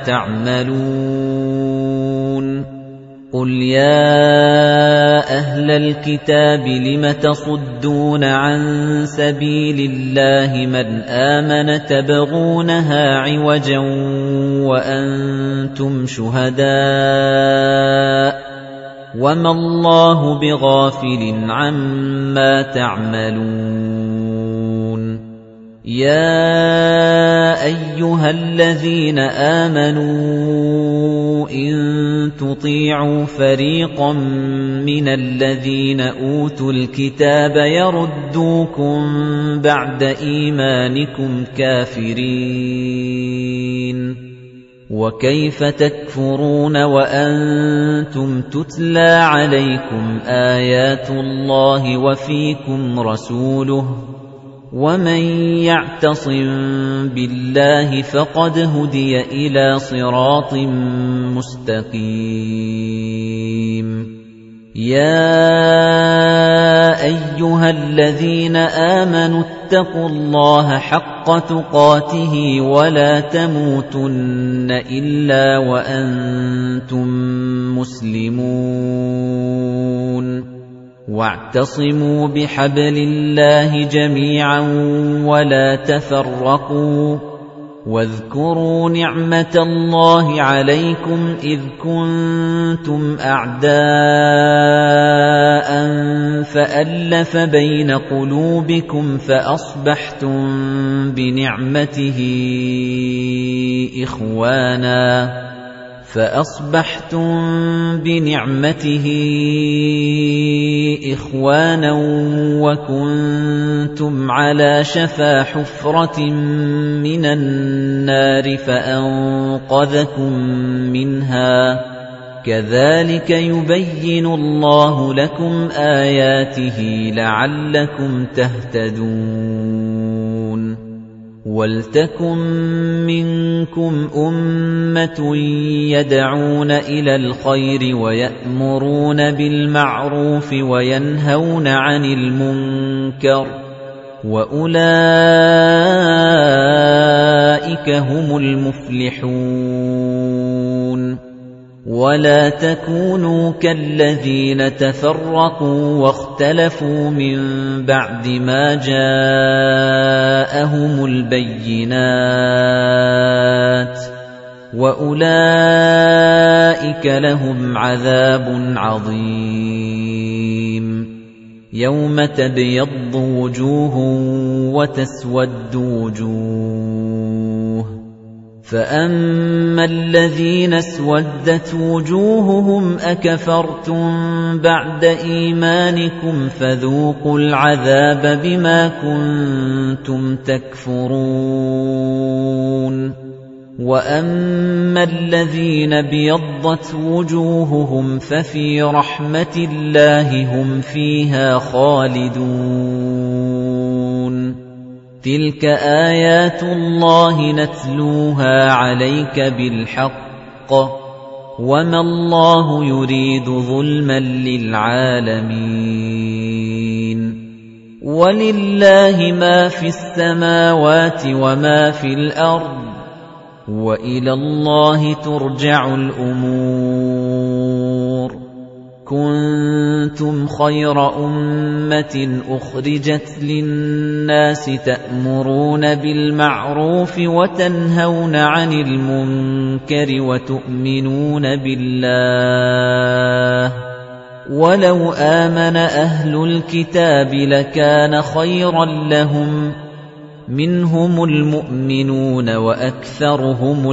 تَعْمَلُونَ قُلْ يَا أَهْلَ الْكِتَابِ لِمَ تَصُدُّونَ عَن سَبِيلِ اللَّهِ مَنْ آمَنَ تَبْغُونَهَا عِوَجًا وَأَنْتُمْ شُهَدَاءُ وَمَا اللَّهُ بِغَافِلٍ عَمَّا تَعْمَلُونَ يَا أَيُّهَا الَّذِينَ آمَنُوا إِن تُطِيعُوا فَرِيقًا مِنَ الَّذِينَ أُوتُوا الْكِتَابَ يَرُدُّوكُم بَعْدَ إِيمَانِكُمْ كَافِرِينَ وَكَيْفَ تَكْفُرُونَ وَأَنْتُمْ تُتْلَى عَلَيْكُمْ آيَاتُ اللَّهِ وَفِيكُمْ رَسُولُهُ وَمَن يَعْتَصِم بِاللَّهِ فَقَدْ هُدِيَ إِلَى صِرَاطٍ مُّسْتَقِيمٍ يَا أَيُّهَا الَّذِينَ آمَنُوا اتَّقُوا اللَّهَ حَقَّ تُقَاتِهِ وَلَا تَمُوتُنَّ إِلَّا وَأَنتُم مُّسْلِمُونَ وَاعْتَصِمُوا بِحَبْلِ اللَّهِ جَمِيعًا وَلَا تَفَرَّقُوا وَاذْكُرُوا نِعْمَةَ اللَّهِ عَلَيْكُمْ إِذْ كُنتُمْ أَعْدَاءً فَأَلَّفَ بَيْنَ قُلُوبِكُمْ فَأَصْبَحْتُم بِنِعْمَتِهِ إِخْوَانًا وَكُنتُمْ عَلَى شَفَا حُفْرَةٍ مِّنَ النَّارِ فَأَنقَذَكُم مِّنْهَا كَذَلِكَ يُبَيِّنُ اللَّهُ لَكُمْ آيَاتِهِ لَعَلَّكُمْ تَهْتَدُونَ وَلْتَكُن مِّنكُمْ أُمَّةٌ يَدْعُونَ إِلَى الْخَيْرِ وَيَأْمُرُونَ بِالْمَعْرُوفِ وَيَنْهَوْنَ عَنِ الْمُنكَرِ وَأُولَئِكَ هُمُ الْمُفْلِحُونَ وَلَا تَكُونُوا كَالَّذِينَ تَفَرَّقُوا وَاخْتَلَفُوا مِن بَعْدِ مَا جَاءَهُمُ الْبَيِّنَاتُ وَأُولَئِكَ لَهُمْ عَذَابٌ عَظِيمٌ يَوْمَ تَبْيَضُّ وُجُوهٌ وَتَسْوَدُّ وُجُوهٌ فَأَمَّا الَّذِينَ اسْوَدَّتْ وُجُوهُهُمْ أَكَفَرْتُم بَعْدَ إِيمَانِكُمْ فَذُوقُوا الْعَذَابَ بِمَا كُنتُمْ تَكْفُرُونَ وَأَمَّا الَّذِينَ ابْيَضَّتْ وُجُوهُهُمْ فَفِي رَحْمَةِ اللَّهِ هُمْ فِيهَا خَالِدُونَ تِلْكَ آيَاتُ اللَّهِ نَتْلُوهَا عَلَيْكَ بِالْحَقِّ وَمَا اللَّهُ يُرِيدُ ظُلْمًا لِلْعَالَمِينَ وَلِلَّهِ مَا فِي السَّمَاوَاتِ وَمَا فِي الْأَرْضِ وَإِلَى اللَّهِ تُرْجَعُ الْأُمُورُ كُنتُمْ خَيْرَ أُمَّةٍ أُخْرِجَتْ لِلنَّاسِ تَأْمُرُونَ بِالْمَعْرُوفِ وَتَنْهَوْنَ عَنِ الْمُنكَرِ وَتُؤْمِنُونَ بِاللَّهِ وَلَوْ آمَنَ أَهْلُ الْكِتَابِ لَكَانَ خَيْرًا لَّهُمْ مِنْهُمُ الْمُؤْمِنُونَ وَأَكْثَرُهُمُ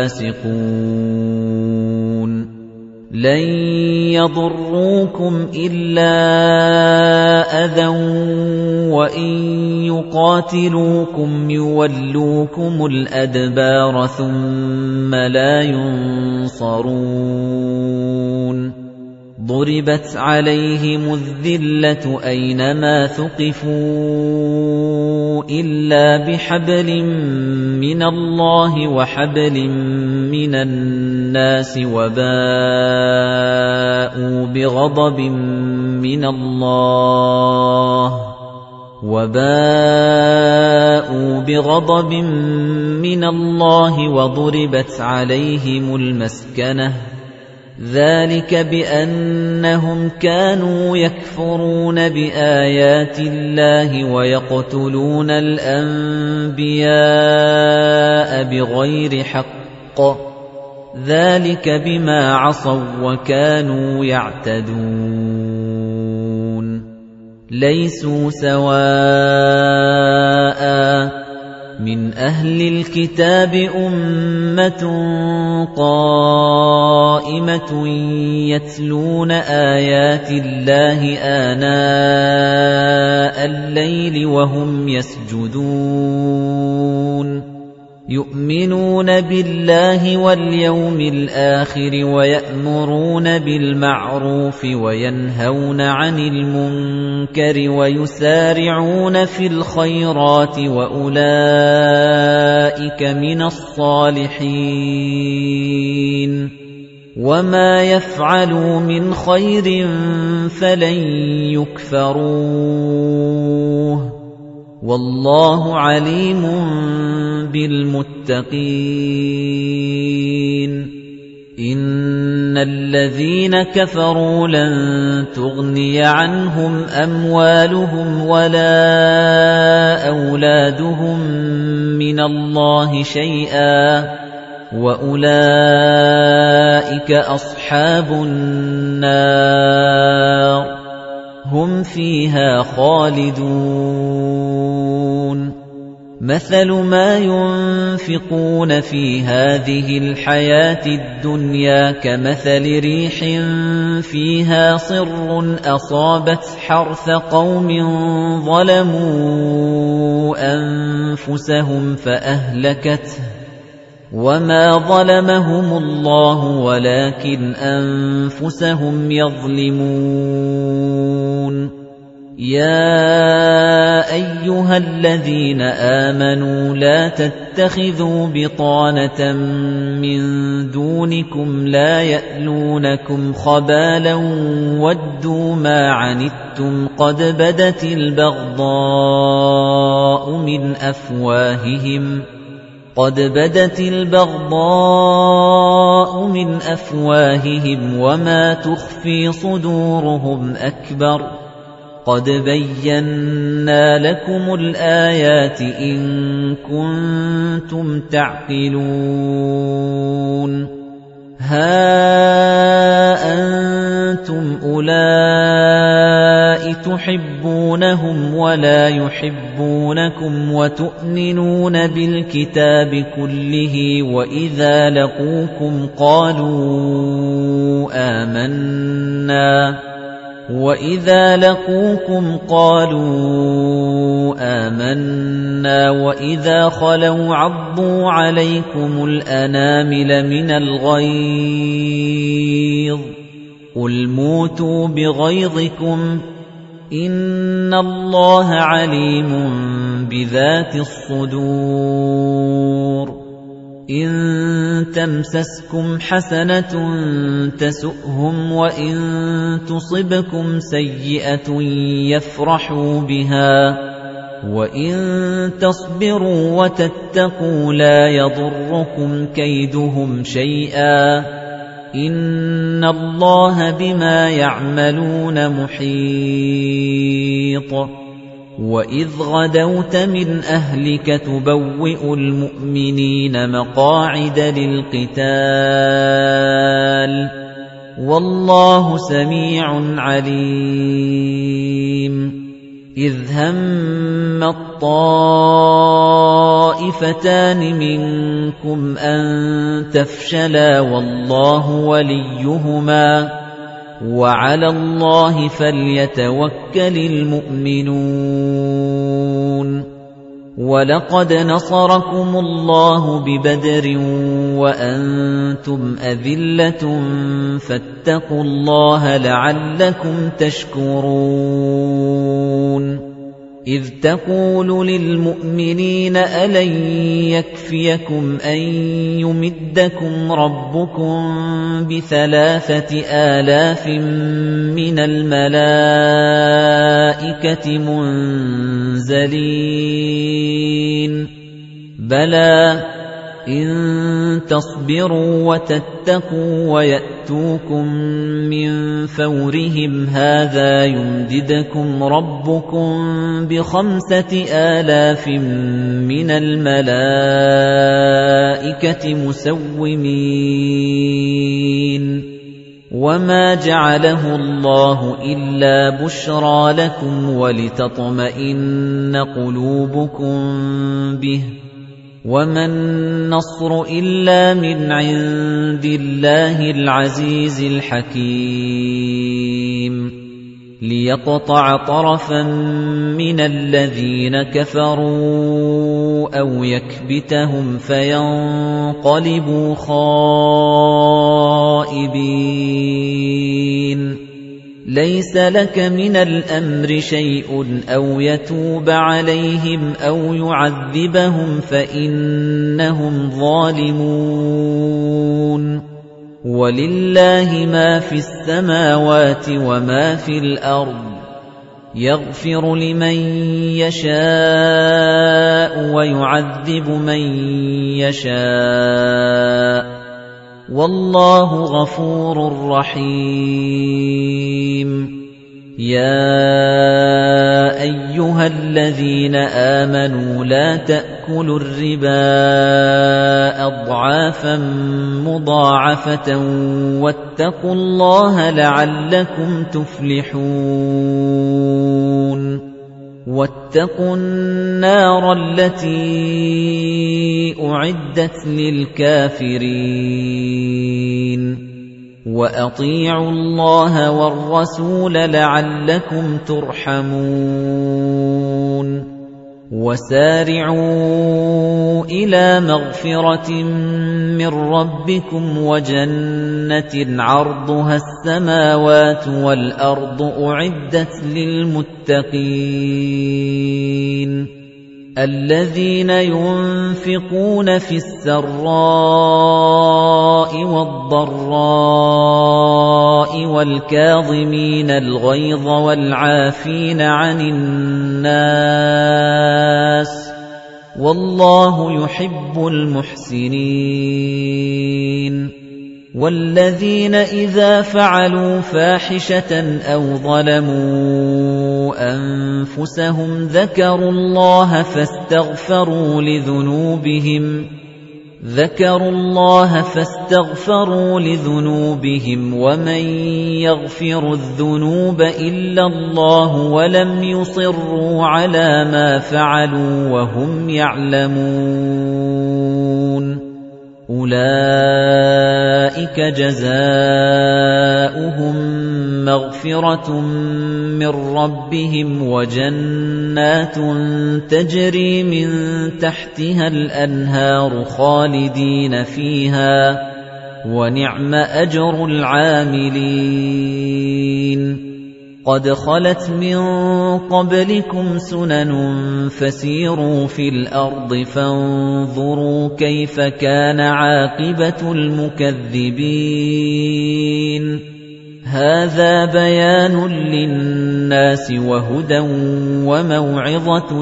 الْفَاسِقُونَ لَن يَضُرُّوكُمْ إِلَّا أَذًى وَإِن يُقَاتِلُوكُمْ يُوَلُّوكُمُ الْأَدْبَارَ ثُمَّ لَا يُنصَرُونَ ضُرِبَتْ عَلَيْهِمُ الذِّلَّةُ أَيْنَمَا ثُقِفُوا إِلَّا بِحَبْلٍ مِّنَ اللَّهِ وَحَبْلٍ مِّنَ النَّاسِ وَبَاءُوا بِغَضَبٍ مِّنَ اللَّهِ وَضُرِبَتْ عَلَيْهِمُ الْمَسْكَنَةُ ذَلِكَ بِأَنَّهُمْ كَانُوا يَكْفُرُونَ بِآيَاتِ اللَّهِ وَيَقْتُلُونَ الْأَنبِيَاءَ بِغَيْرِ حَقٍّ ذَلِكَ بِمَا عَصَوا وَّكَانُوا يَعْتَدُونَ لَيْسُوا سَوَاءً مِنْ أَهْلِ الْكِتَابِ أُمَّةٌ قَائِمَةٌ يَتْلُونَ آيَاتِ اللَّهِ آنَاءَ اللَّيْلِ وَهُمْ يَسْجُدُونَ يُؤْمِنُونَ بِاللَّهِ وَالْيَوْمِ الْآخِرِ وَيَأْمُرُونَ بِالْمَعْرُوفِ وَيَنْهَوْنَ عَنِ الْمُنكَرِ وَيُسَارِعُونَ فِي الْخَيْرَاتِ وَأُولَئِكَ مِنَ الصَّالِحِينَ وَمَا يَفْعَلُوا مِنْ خَيْرٍ فَلَن يُكْفَرُوهُ وَاللَّهُ عَلِيمٌ بِالْمُتَّقِينَ إِنَّ الَّذِينَ كَفَرُوا لَن تُغْنِيَ عَنْهُمْ أَمْوَالُهُمْ وَلَا أَوْلَادُهُم مِّنَ اللَّهِ شَيْئًا وَأُولَئِكَ أَصْحَابُ النَّارِ هُمْ فِيهَا خَالِدُونَ مَثَلُ مَا يُنفِقُونَ فِي هَذِهِ الْحَيَاةِ الدُّنْيَا كَمَثَلِ رِيحٍ فِيهَا صِرٌّ أَصَابَتْ حَرْثَ قَوْمٍ ظَلَمُوا أَنفُسَهُمْ فَأَهْلَكَتْهُ وَمَا ظَلَمَهُمُ اللَّهُ وَلَكِنْ أَنفُسَهُمْ يَظْلِمُونَ يَا أَيُّهَا الَّذِينَ آمَنُوا لَا تَتَّخِذُوا بِطَانَةً مِّن دُونِكُمْ لَا يَأْلُونَكُمْ خَبَالًا وَدُّوا مَا عَنِتُّمْ قَدْ بَدَتِ الْبَغْضَاءُ مِنْ أَفْوَاهِهِمْ وَمَا تُخْفِي صُدُورُهُمْ أَكْبَرُ قَدْ بَيَّنَّا لَكُمُ الْآيَاتِ إِن كُنتُمْ تَعْقِلُونَ هَا أَنتُمْ أُولَاءِ تُحِبُّونَهُمْ وَلَا يُحِبُّونَكُمْ وَتُؤْمِنُونَ بِالْكِتَابِ كُلِّهِ وَإِذَا لَقُوكُمْ قَالُوا آمَنَّا وَإِذَا خَلَوْا عَضُّوا عَلَيْكُمُ الْأَنَامِلَ مِنَ الْغَيْظِ قُلْ مُوتُوا بِغَيْظِكُمْ إِنَّ اللَّهَ عَلِيمٌ بِذَاتِ الصُّدُورِ إِن تَمْسَسْكُمْ حَسَنَةٌ تَسُؤْهُمْ وَإِن تُصِبْكُمْ سَيِّئَةٌ يَفْرَحُوا بِهَا وَإِن تَصْبِرُوا وَتَتَّقُوا لَا يَضُرُّكُمْ كَيْدُهُمْ شَيْئًا إِنَّ اللَّهَ بِمَا يَعْمَلُونَ مُحِيطٌ وَإِذْ غَدَوْتَ مِنْ أَهْلِكَ تُبَوِّئُ الْمُؤْمِنِينَ مَقَاعِدَ لِلْقِتَالِ وَاللَّهُ سَمِيعٌ عَلِيمٌ إِذْ هَمَّ الطَّائِفَتَانِ مِنكُمْ أَن تَفْشَلَا وَاللَّهُ وَلِيُّهُمَا وَعَلَى اللَّهِ فَلْيَتَوَكَّلِ الْمُؤْمِنُونَ وَلَقَدْ نَصَرَكُمُ اللَّهُ بِبَدْرٍ وَأَنتُمْ أَذِلَّةٌ فَاتَّقُوا اللَّهَ لَعَلَّكُمْ تَشْكُرُونَ إِذْ تَقُولُ لِلْمُؤْمِنِينَ أَلَنْ يَكْفِيَكُمْ أَنْ يُمِدَّكُمْ رَبُّكُمْ ب3,000 مِّنَ الْمَلَائِكَةِ مُنزَلِينَ بَلَى إِن تصبروا وتتقوا ويأتوكم من فورهم هذا يمددكم ربكم ب5,000 من الملائكة مسومين وما جعله الله إلا بشرى لكم ولتطمئن قلوبكم به وَمَا النَّصْرُ إِلَّا مِنْ عِندِ اللَّهِ الْعَزِيزِ الْحَكِيمِ لِيَقْطَعَ طَرَفًا مِنَ الَّذِينَ كَفَرُوا أَوْ يَكْبِتَهُمْ فَيَنقَلِبُوا خَائِبِينَ لَيْسَ لَكَ مِنَ الْأَمْرِ شَيْءٌ أَوْ يَتُوبَ عَلَيْهِمْ أَوْ يُعَذِّبَهُمْ فَإِنَّهُمْ ظَالِمُونَ وَلِلَّهِ مَا فِي السَّمَاوَاتِ وَمَا فِي الْأَرْضِ يَغْفِرُ لِمَن يَشَاءُ وَيُعَذِّبُ مَن يَشَاءُ وَاللَّهُ غَفُورٌ رَّحِيمٌ يَا أَيُّهَا الَّذِينَ آمَنُوا لَا تَأْكُلُوا الرِّبَا أَضْعَافًا مُضَاعَفَةً وَاتَّقُوا اللَّهَ لَعَلَّكُمْ تُفْلِحُونَ وَاتَّقُوا النَّارَ الَّتِي أُعِدَّتْ لِلْكَافِرِينَ وَأَطِيعُوا اللَّهَ وَالرَّسُولَ لَعَلَّكُمْ تُرْحَمُونَ وَسَارِعُوا إِلَى مَغْفِرَةٍ مِّن رَّبِّكُمْ وَجَنَّةٍ عَرْضُهَا السَّمَاوَاتُ وَالْأَرْضُ أُعِدَّتْ لِلْمُتَّقِينَ الَّذِينَ يُنفِقُونَ في السَّرَّاءِ وَالضَّرَّاءِ وَالْكَاظِمِينَ الْغَيْظَ وَالْعَافِينَ عَنِ النَّاسِ وَاللَّهُ يُحِبُّ الْمُحْسِنِينَ وَالَّذِينَ إِذَا فَعَلُوا فَاحِشَةً أَوْ ظَلَمُوا أَنفُسَهُمْ ذَكَرُوا اللَّهَ فَاسْتَغْفَرُوا لِذُنُوبِهِمْ وَمَن يَغْفِرُ الذُّنُوبَ إِلَّا اللَّهُ وَلَمْ يُصِرُّوا عَلَى مَا فَعَلُوا وَهُمْ يَعْلَمُونَ أُولَئِكَ جَزَاؤُهُم مَّغْفِرَةٌ مِّن رَّبِّهِمْ وَجَنَّاتٌ تَجْرِي مِن تَحْتِهَا الْأَنْهَارُ خَالِدِينَ فِيهَا وَنِعْمَ أَجْرُ الْعَامِلِينَ قَدْ خَلَتْ مِن قَبْلِكُمْ سُنَنٌ فَسِيرُوا فِي الْأَرْضِ فَانظُرُوا كَيْفَ كَانَ عَاقِبَةُ الْمُكَذِّبِينَ هَذَا بَيَانٌ لِّلنَّاسِ وَهُدًى وَمَوْعِظَةٌ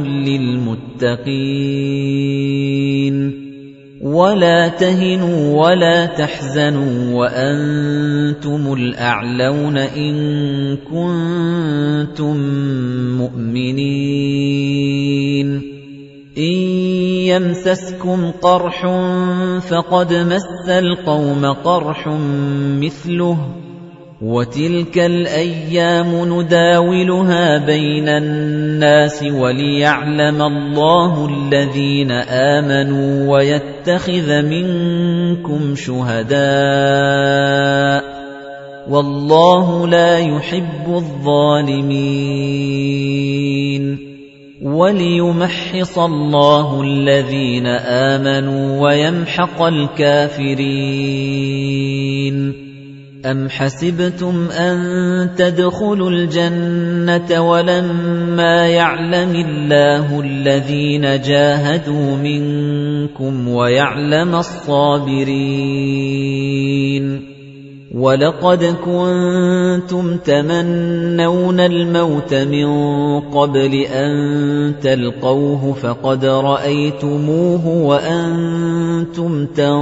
لِّلْمُتَّقِينَ وَلَا تَهِنُوا وَلَا تَحْزَنُوا وَأَنتُمُ الْأَعْلَوْنَ إِن كُنتُم مُّؤْمِنِينَ إِن يَمْسَسْكُمْ قَرْحٌ فَقَدْ مَسَّ الْقَوْمَ قَرْحٌ مِثْلُهُ وَتِلْكَ الْأَيَّامُ نُدَاوِلُهَا بَيْنَ النَّاسِ وَلِيَعْلَمَ اللَّهُ الَّذِينَ آمَنُوا وَيَتَّخِذَ مِنكُمْ شُهَدَاءَ وَاللَّهُ لَا يُحِبُّ الظَّالِمِينَ وَلِيُمَحِّصَ اللَّهُ الَّذِينَ آمَنُوا وَيَمْحَقَ الْكَافِرِينَ أَمْ حَسِبْتُمْ أَن تَدْخُلُوا الْجَنَّةَ وَلَمَّا يَعْلَمِ اللَّهُ الَّذِينَ جَاهَدُوا مِنكُمْ وَيَعْلَمَ الصَّابِرِينَ وَلَقَدْ كُنتُمْ تَمَنَّوْنَ الْمَوْتَ مِن قَبْلِ أَن تَلْقَوْهُ فَقَدْ رَأَيْتُمُوهُ وَأَنتُمْ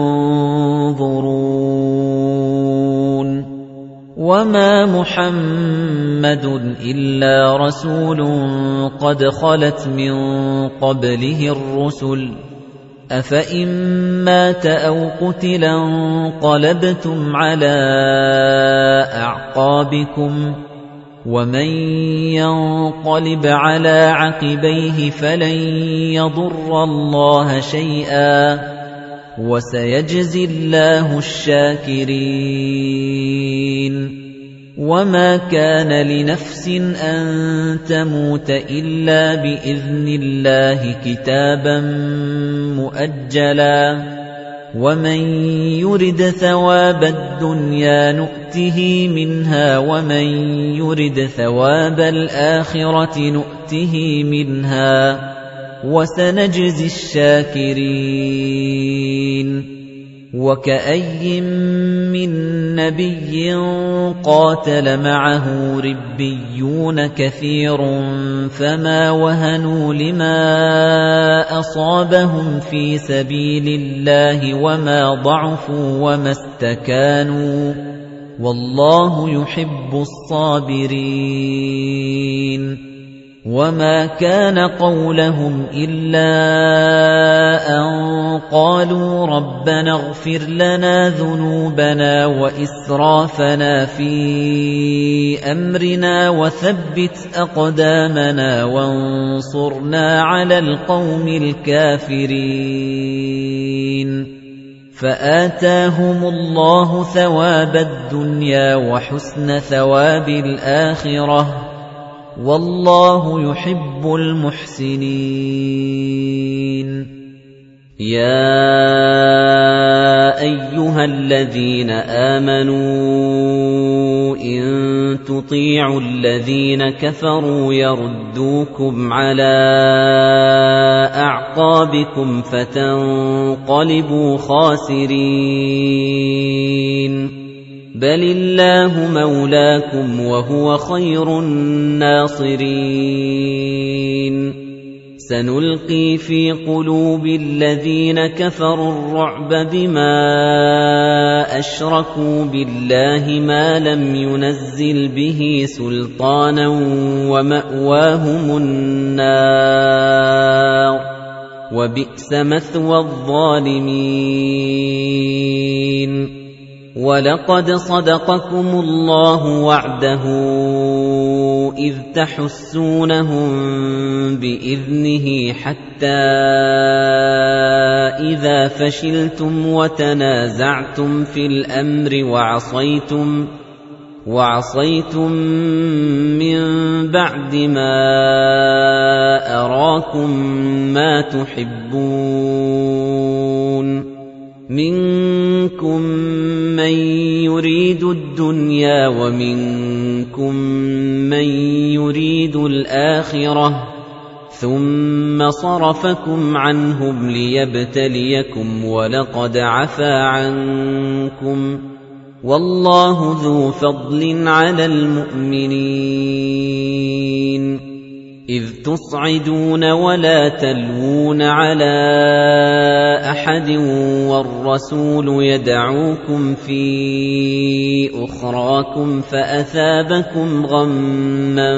تَنظُرُونَ وَمَا مُحَمَّدٌ إِلَّا رَسُولٌ قَدْ خَلَتْ مِن قَبْلِهِ الرُّسُلُ أَفَإِن مَّاتَ أَوْ قُتِلَ انقَلَبْتُمْ عَلَىٰ أَعْقَابِكُمْ ۚ وَمَن يَنقَلِبْ عَلَىٰ عَقِبَيْهِ فَلَن يَضُرَّ اللَّهَ شَيْئًا ۗ وَسَيَجْزِي اللَّهُ الشَّاكِرِينَ وَمَا كَانَ لِنَفْسٍ أَن تَمُوتَ إِلَّا بِإِذْنِ اللَّهِ كِتَابًا مُؤَجَّلًا ۗ وَمَن يُرِدْ ثَوَابَ الدُّنْيَا نُؤْتِهِ مِنْهَا وَمَن يُرِدْ ثَوَابَ الْآخِرَةِ نُؤْتِهِ مِنْهَا ۚ وَسَنَجْزِي الشَّاكِرِينَ وَكَأَيٍّن مِّن نَّبِيٍّ قَاتَلَ مَعَهُ رِبِّيُّونَ كَثِيرٌ فَمَا وَهَنُوا لِمَا أَصَابَهُمْ فِي سَبِيلِ اللَّهِ وَمَا ضَعُفُوا وَمَا اسْتَكَانُوا ۗ وَاللَّهُ يُحِبُّ الصَّابِرِينَ وَمَا كَانَ قَوْلَهُمْ إِلَّا أَن قَالُوا رَبَّنَا اغْفِرْ لَنَا ذُنُوبَنَا وَإِسْرَافَنَا فِي أَمْرِنَا وَثَبِّتْ أَقْدَامَنَا وَانصُرْنَا عَلَى الْقَوْمِ الْكَافِرِينَ فَآتَاهُمُ اللَّهُ ثَوَابَ الدُّنْيَا وَحُسْنَ ثَوَابِ الْآخِرَةِ ۗ وَاللَّهُ يُحِبُّ الْمُحْسِنِينَ يَا أَيُّهَا الَّذِينَ آمَنُوا إِن تُطِيعُوا الَّذِينَ كَفَرُوا يَرُدُّوكُمْ عَلَىٰ أَعْقَابِكُمْ فَتَنقَلِبُوا خَاسِرِينَ بَلِ اللَّهُ مَوْلَاكُمْ وَهُوَ خَيْرُ النَّاصِرِينَ سَنُلْقِي فِي قُلُوبِ الَّذِينَ كَفَرُوا الرُّعْبَ بِمَا أَشْرَكُوا بِاللَّهِ مَا لَمْ يُنَزِّلْ بِهِ سُلْطَانًا وَمَأْوَاهُمُ النَّارُ ۖ وَبِئْسَ مَثْوَى الظَّالِمِينَ وَلَقَدْ صَدَقَكُمُ اللَّهُ وَعْدَهُ إِذْ تَحُسُّونَهُم بِإِذْنِهِ حَتَّىٰ إِذَا فَشِلْتُمْ وَتَنَازَعْتُمْ فِي الْأَمْرِ وَعَصَيْتُم مِّن بَعْدِ مَا أَرَاكُم مَّا تُحِبُّونَ مِنكُم مَّن يُرِيدُ الدُّنْيَا وَمِنكُم مَّن يُرِيدُ الْآخِرَةَ ۚ ثُمَّ صَرَفَكُمْ عَنْهُمْ لِيَبْتَلِيَكُمْ وَلَقَدْ عَفَا عَنكُمْ ۗ وَاللَّهُ ذُو فَضْلٍ عَلَى الْمُؤْمِنِينَ إِذْ تُصْعِدُونَ وَلَا تَلْوُونَ عَلَىٰ أَحَدٍ وَالرَّسُولُ يَدْعُوكُمْ فِي أُخْرَاكُمْ فَأَثَابَكُمْ غَمًّا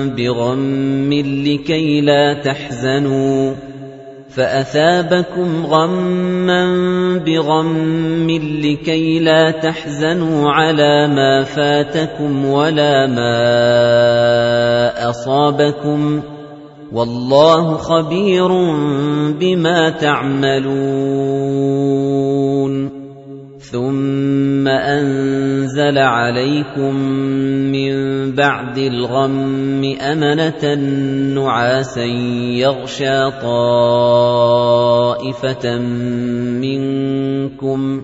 بِغَمٍّ لِّكَيْلَا تَحْزَنُوا عَلَىٰ مَا فَاتَكُمْ وَلَا مَا أَصَابَكُمْ ۗ وَاللَّهُ خَبِيرٌ بِمَا تَعْمَلُونَ ثُمَّ أَنزَلَ وَأَنزَلَ عَلَيْكُم مِّن بَعْدِ الْغَمِّ أَمَنَةً نُّعَاسًا يَغْشَىٰ طَائِفَةً مِّنكُمْ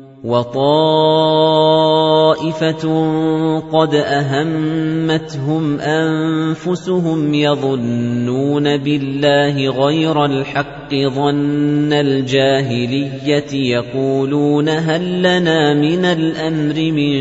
وَطَائِفَةٌ قَدْ أَهَمَّتْهُمْ أَنفُسُهُمْ يَظُنُّونَ بِاللَّهِ غَيْرَ الْحَقِّ ظَنَّ الْجَاهِلِيَّةِ يَقُولُونَ هَل لَّنَا مِنَ الْأَمْرِ مِن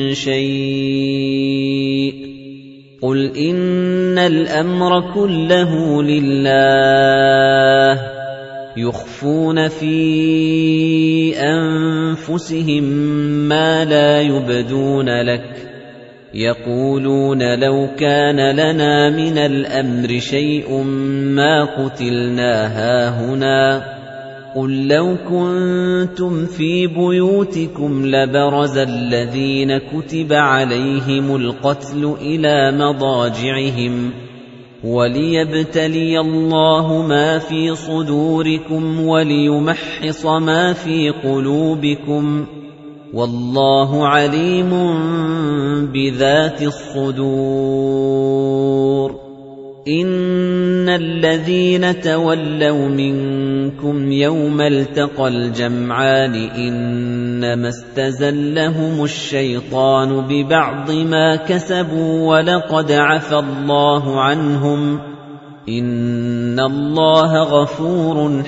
شَيْءٍ قُلْ إِنَّ الْأَمْرَ كُلَّهُ لِلَّهِ يُخْفُونَ فِي أَنفُسِهِم مَّا لَا يُبْدُونَ لَكَ يَقُولُونَ لَوْ كَانَ لَنَا مِنَ الْأَمْرِ شَيْءٌ مَّا قُتِلْنَا هَاهُنَا قُل لَّوْ كُنتُمْ فِي بُيُوتِكُمْ لَبَرَزَ الَّذِينَ كُتِبَ عَلَيْهِمُ الْقَتْلُ إِلَىٰ مَضَاجِعِهِمْ وَلِيَبْتَلِيَ اللَّهُ مَا فِي صُدُورِكُمْ وَلِيُمَحِّصَ مَا فِي قُلُوبِكُمْ وَاللَّهُ عَلِيمٌ بِذَاتِ الصُّدُورِ إِنَّ الَّذِينَ تَوَلَّوْا مِنكُمْ يَوْمَ الْتَقَى الْجَمْعَانِ إِنَّمَا اسْتَزَلَّهُمُ الشَّيْطَانُ بِبَعْضِ مَا كَسَبُوا وَلَقَدْ عَفَا اللَّهُ عَنْهُمْ إِنَّ اللَّهَ غَفُورٌ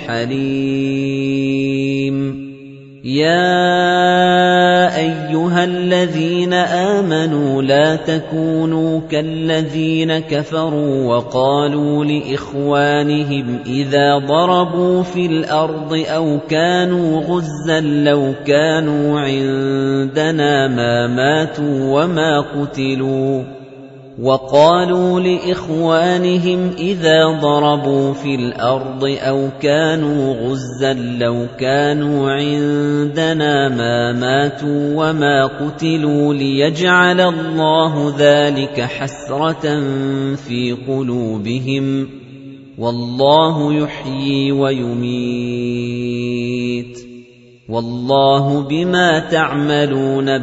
حَلِيمٌ يَا أَيُّهَا الَّذِينَ آمَنُوا لَا تَكُونُوا كَالَّذِينَ كَفَرُوا وَقَالُوا لِإِخْوَانِهِمْ إِذَا ضَرَبُوا فِي الْأَرْضِ أَوْ كَانُوا غُزًّى لَّوْ كَانُوا عِندَنَا مَا مَاتُوا وَمَا قُتِلُوا وَقَالُوا لِإِخْوَانِهِمْ إِذَا ضَرَبُوا فِي الْأَرْضِ أَوْ كَانُوا غُزًّى لَّوْ كَانُوا عِندَنَا مَا مَاتُوا وَمَا قُتِلُوا لِيَجْعَلَ اللَّهُ ذَلِكَ حَسْرَةً فِي قُلُوبِهِمْ وَاللَّهُ يُحْيِي وَيُمِيتُ وَاللَّهُ بِمَا تَعْمَلُونَ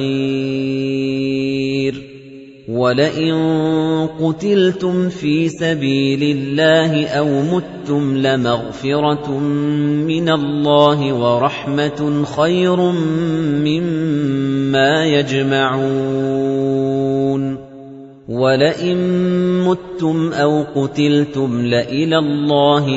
بَصِيرٌ وَلَئِن قُتِلْتُمْ فِي سَبِيلِ اللَّهِ أَوْ مُتُّمْ لَمَغْفِرَةٌ مِّنَ اللَّهِ وَرَحْمَةٌ خَيْرٌ مِّمَّا يَجْمَعُونَ وَلَئِن مُّتُّمْ أَوْ قُتِلْتُمْ لَإِلَى اللَّهِ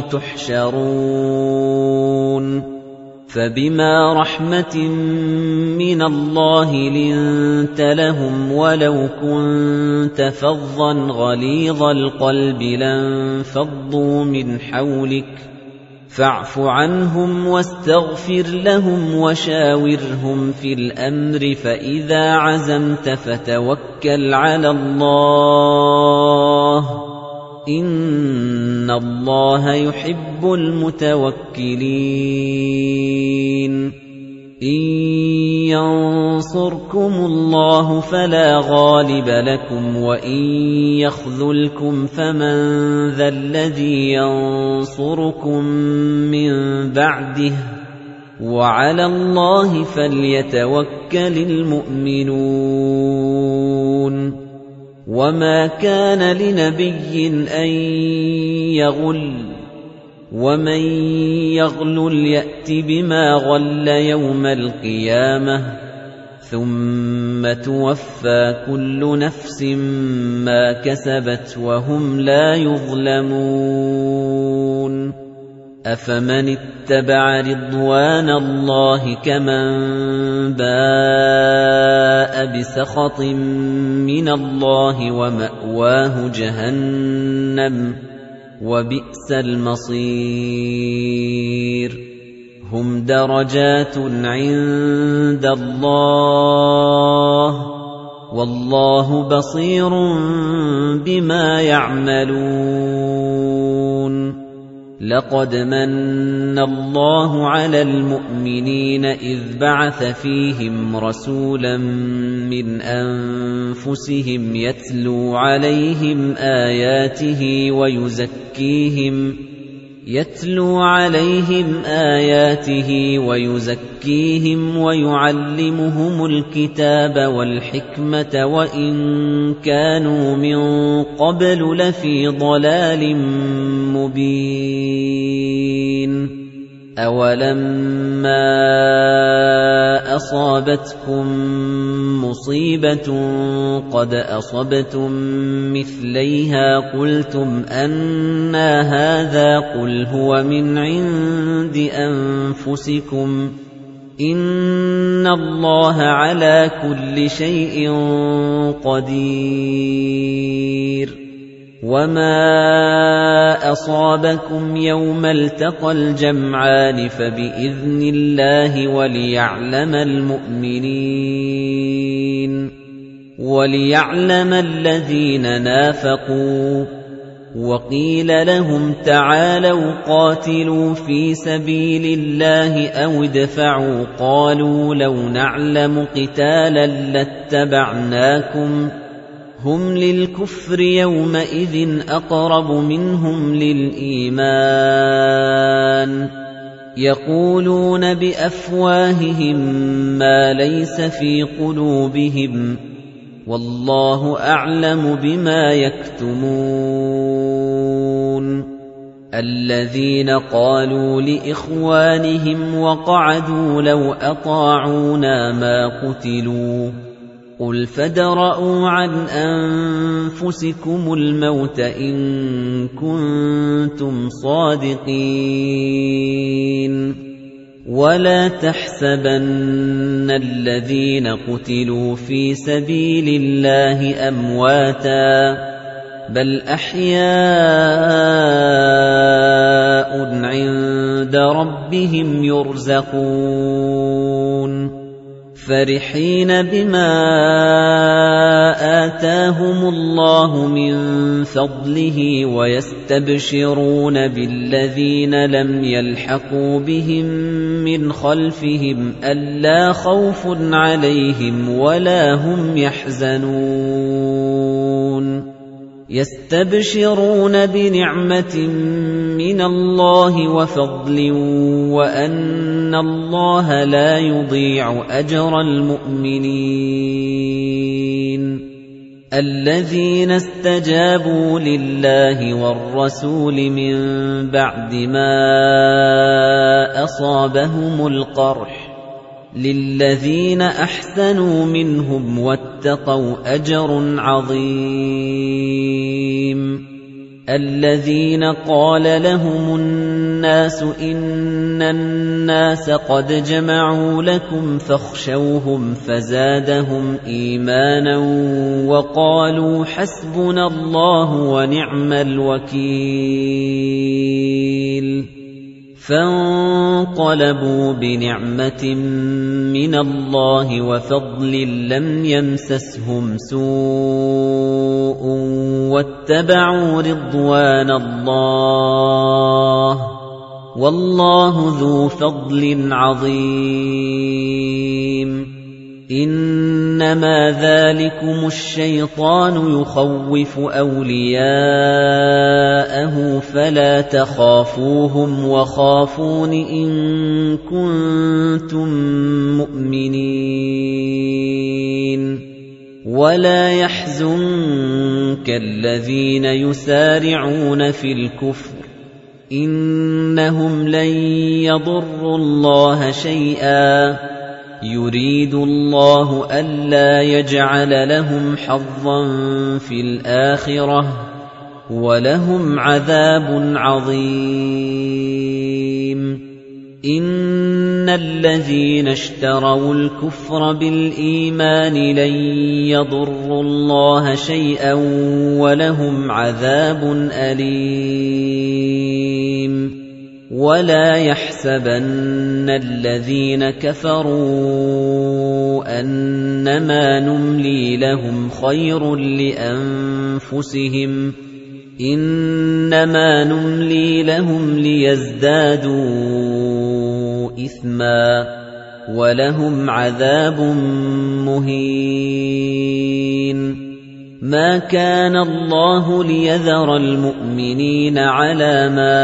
تُحْشَرُونَ فَبِمَا رَحْمَةٍ مِّنَ اللَّهِ لِنتَ لَهُمْ وَلَوْ كُنتَ فَظًّا غَلِيظَ الْقَلْبِ لَانفَضُّوا مِنْ حَوْلِكَ فَاعْفُ عَنْهُمْ وَاسْتَغْفِرْ لَهُمْ وَشَاوِرْهُمْ فِي الْأَمْرِ فَإِذَا عَزَمْتَ فَتَوَكَّلْ عَلَى اللَّهِ إِنَّ اللَّهَ يُحِبُّ الْمُتَوَكِّلِينَ إِن يَنصُرْكُمُ اللَّهُ فَلَا غَالِبَ لَكُمْ وَإِن يَخْذُلْكُمْ فَمَن ذَا الَّذِي يَنصُرُكُم مِّن بَعْدِهِ وَعَلَى اللَّهِ فَلْيَتَوَكَّلِ الْمُؤْمِنُونَ وَمَا كَانَ لِنَبِيٍّ أَن يَغُلَّ وَمَن يَغْلُلْ يَأْتِ بِمَا غَلَّ يَوْمَ الْقِيَامَةِ ثُمَّ تُوَفَّى كُلُّ نَفْسٍ مَّا كَسَبَتْ وَهُمْ لَا يُظْلَمُونَ أَفَمَنِ اتَّبَعَ رِضْوَانَ اللَّهِ كَمَن بَاءَ بِسَخَطٍ مِّنَ اللَّهِ وَمَأْوَاهُ جَهَنَّمُ وَبِئْسَ الْمَصِيرُ هُمْ دَرَجَاتٌ عِندَ اللَّهِ وَاللَّهُ بَصِيرٌ بِمَا يَعْمَلُونَ لَقَدْ مَنَّ اللَّهُ عَلَى الْمُؤْمِنِينَ إِذْ بَعَثَ فِيهِمْ رَسُولًا مِّنْ أَنفُسِهِمْ يَتْلُو عَلَيْهِمْ آيَاتِهِ يَتْلُو عَلَيْهِمْ آيَاتِهِ وَيُزَكِّيهِمْ وَيُعَلِّمُهُمُ الْكِتَابَ وَالْحِكْمَةَ وَإِن كَانُوا مِن قَبْلُ لَفِي ضَلَالٍ مُّبِينٍ أَوَلَمَّا أَصَابَتْكُم مُّصِيبَةٌ قَدْ أَصَبْتُم مِّثْلَيْهَا قُلْتُمْ أَنَّىٰ هَٰذَا قُلْ هُوَ مِنْ عِندِ أَنفُسِكُمْ إِنَّ اللَّهَ عَلَىٰ كُلِّ شَيْءٍ قَدِيرٌ وَمَا أَصَابَكُمْ يَوْمَ الْتَقَى الْجَمْعَانِ فَبِإِذْنِ اللَّهِ وَلِيَعْلَمَ الَّذِينَ نَافَقُوا وَقِيلَ لَهُمْ تَعَالَوْا قَاتِلُوا فِي سَبِيلِ اللَّهِ أَوِ ادْفَعُوا قَالُوا لَوْ نَعْلَمُ قِتَالًا لَّاتَّبَعْنَاكُمْ هُمْ لِلْكُفْرِ يَوْمَئِذٍ أَقْرَبُ مِنْهُمْ لِلْإِيمَانِ يَقُولُونَ بِأَفْوَاهِهِم مَّا لَيْسَ فِي قُلُوبِهِمْ وَاللَّهُ أَعْلَمُ بِمَا يَكْتُمُونَ الَّذِينَ قَالُوا لِإِخْوَانِهِمْ وَقَعَدُوا لَوْ أَطَاعُونَا مَا قُتِلُوا قُلْ فَادْرَءُوا عَنْ أَنفُسِكُمُ الْمَوْتَ إِن كُنتُمْ صَادِقِينَ وَلَا تَحْسَبَنَّ الَّذِينَ قُتِلُوا فِي سَبِيلِ اللَّهِ أَمْوَاتًا بَلْ أَحْيَاءٌ عِندَ رَبِّهِمْ يُرْزَقُونَ فَرِحِينَ بِمَا آتَاهُمُ اللَّهُ مِن فَضْلِهِ وَيَسْتَبْشِرُونَ بِالَّذِينَ لَمْ يَلْحَقُوا بِهِم مِّنْ خَلْفِهِمْ أَلَّا خَوْفٌ عَلَيْهِمْ وَلَا هُمْ يَحْزَنُونَ يَسْتَبْشِرُونَ بِنِعْمَةٍ مِّنَ اللَّهِ وَفَضْلٍ وَأَنَّ اللَّهَ لَا يُضِيعُ أَجْرَ الْمُؤْمِنِينَ الَّذِينَ اسْتَجَابُوا لِلَّهِ وَالرَّسُولِ مِن بَعْدِ مَا أَصَابَهُمُ الْقَرْحُ لِلَّذِينَ أَحْسَنُوا مِنْهُمْ وَاتَّقَوْا أَجْرٌ عَظِيمٌ الَّذِينَ قَالَ لَهُمُ النَّاسُ إِنَّ النَّاسَ قَدْ جَمَعُوا لَكُمْ فَاخْشَوْهُمْ فَزَادَهُمْ إِيمَانًا وَقَالُوا حَسْبُنَا اللَّهُ وَنِعْمَ الْوَكِيلُ فَانقَلَبُوا بِنِعْمَةٍ مِّنَ اللَّهِ وَفَضْلٍ لَّمْ يَمْسَسْهُمْ سُوءٌ وَاتَّبَعُوا رِضْوَانَ اللَّهِ وَاللَّهُ ذُو فَضْلٍ عَظِيمٍ إِنَّمَا ذَلِكُمُ الشَّيْطَانُ يُخَوِّفُ أَوْلِيَاءَهُ فَلَا تَخَافُوهُمْ وَخَافُونِ إِن كُنتُم مُّؤْمِنِينَ وَلَا يَحْزُنكَ الَّذِينَ يُسَارِعُونَ فِي الْكُفْرِ إِنَّهُمْ لَن يَضُرُّوا اللَّهَ شَيْئًا يُرِيدُ اللَّهُ أَلَّا يَجْعَلَ لَهُمْ حَظًّا فِي الْآخِرَةِ وَلَهُمْ عَذَابٌ عَظِيمٌ إِنَّ الَّذِينَ اشْتَرَوُا الْكُفْرَ بِالْإِيمَانِ لَن يَضُرُّوا اللَّهَ شَيْئًا وَلَهُمْ عَذَابٌ أَلِيمٌ وَلَا يَحْسَبَنَّ الَّذِينَ كَفَرُوا أَنَّمَا نُمْلِي لَهُمْ خَيْرٌ لِّأَنفُسِهِمْ إِنَّمَا نُمْلِي لَهُمْ لِيَزْدَادُوا إِثْمًا وَلَهُمْ عَذَابٌ مُّهِينٌ مَا كَانَ اللَّهُ لِيَذَرَ الْمُؤْمِنِينَ عَلَىٰ مَا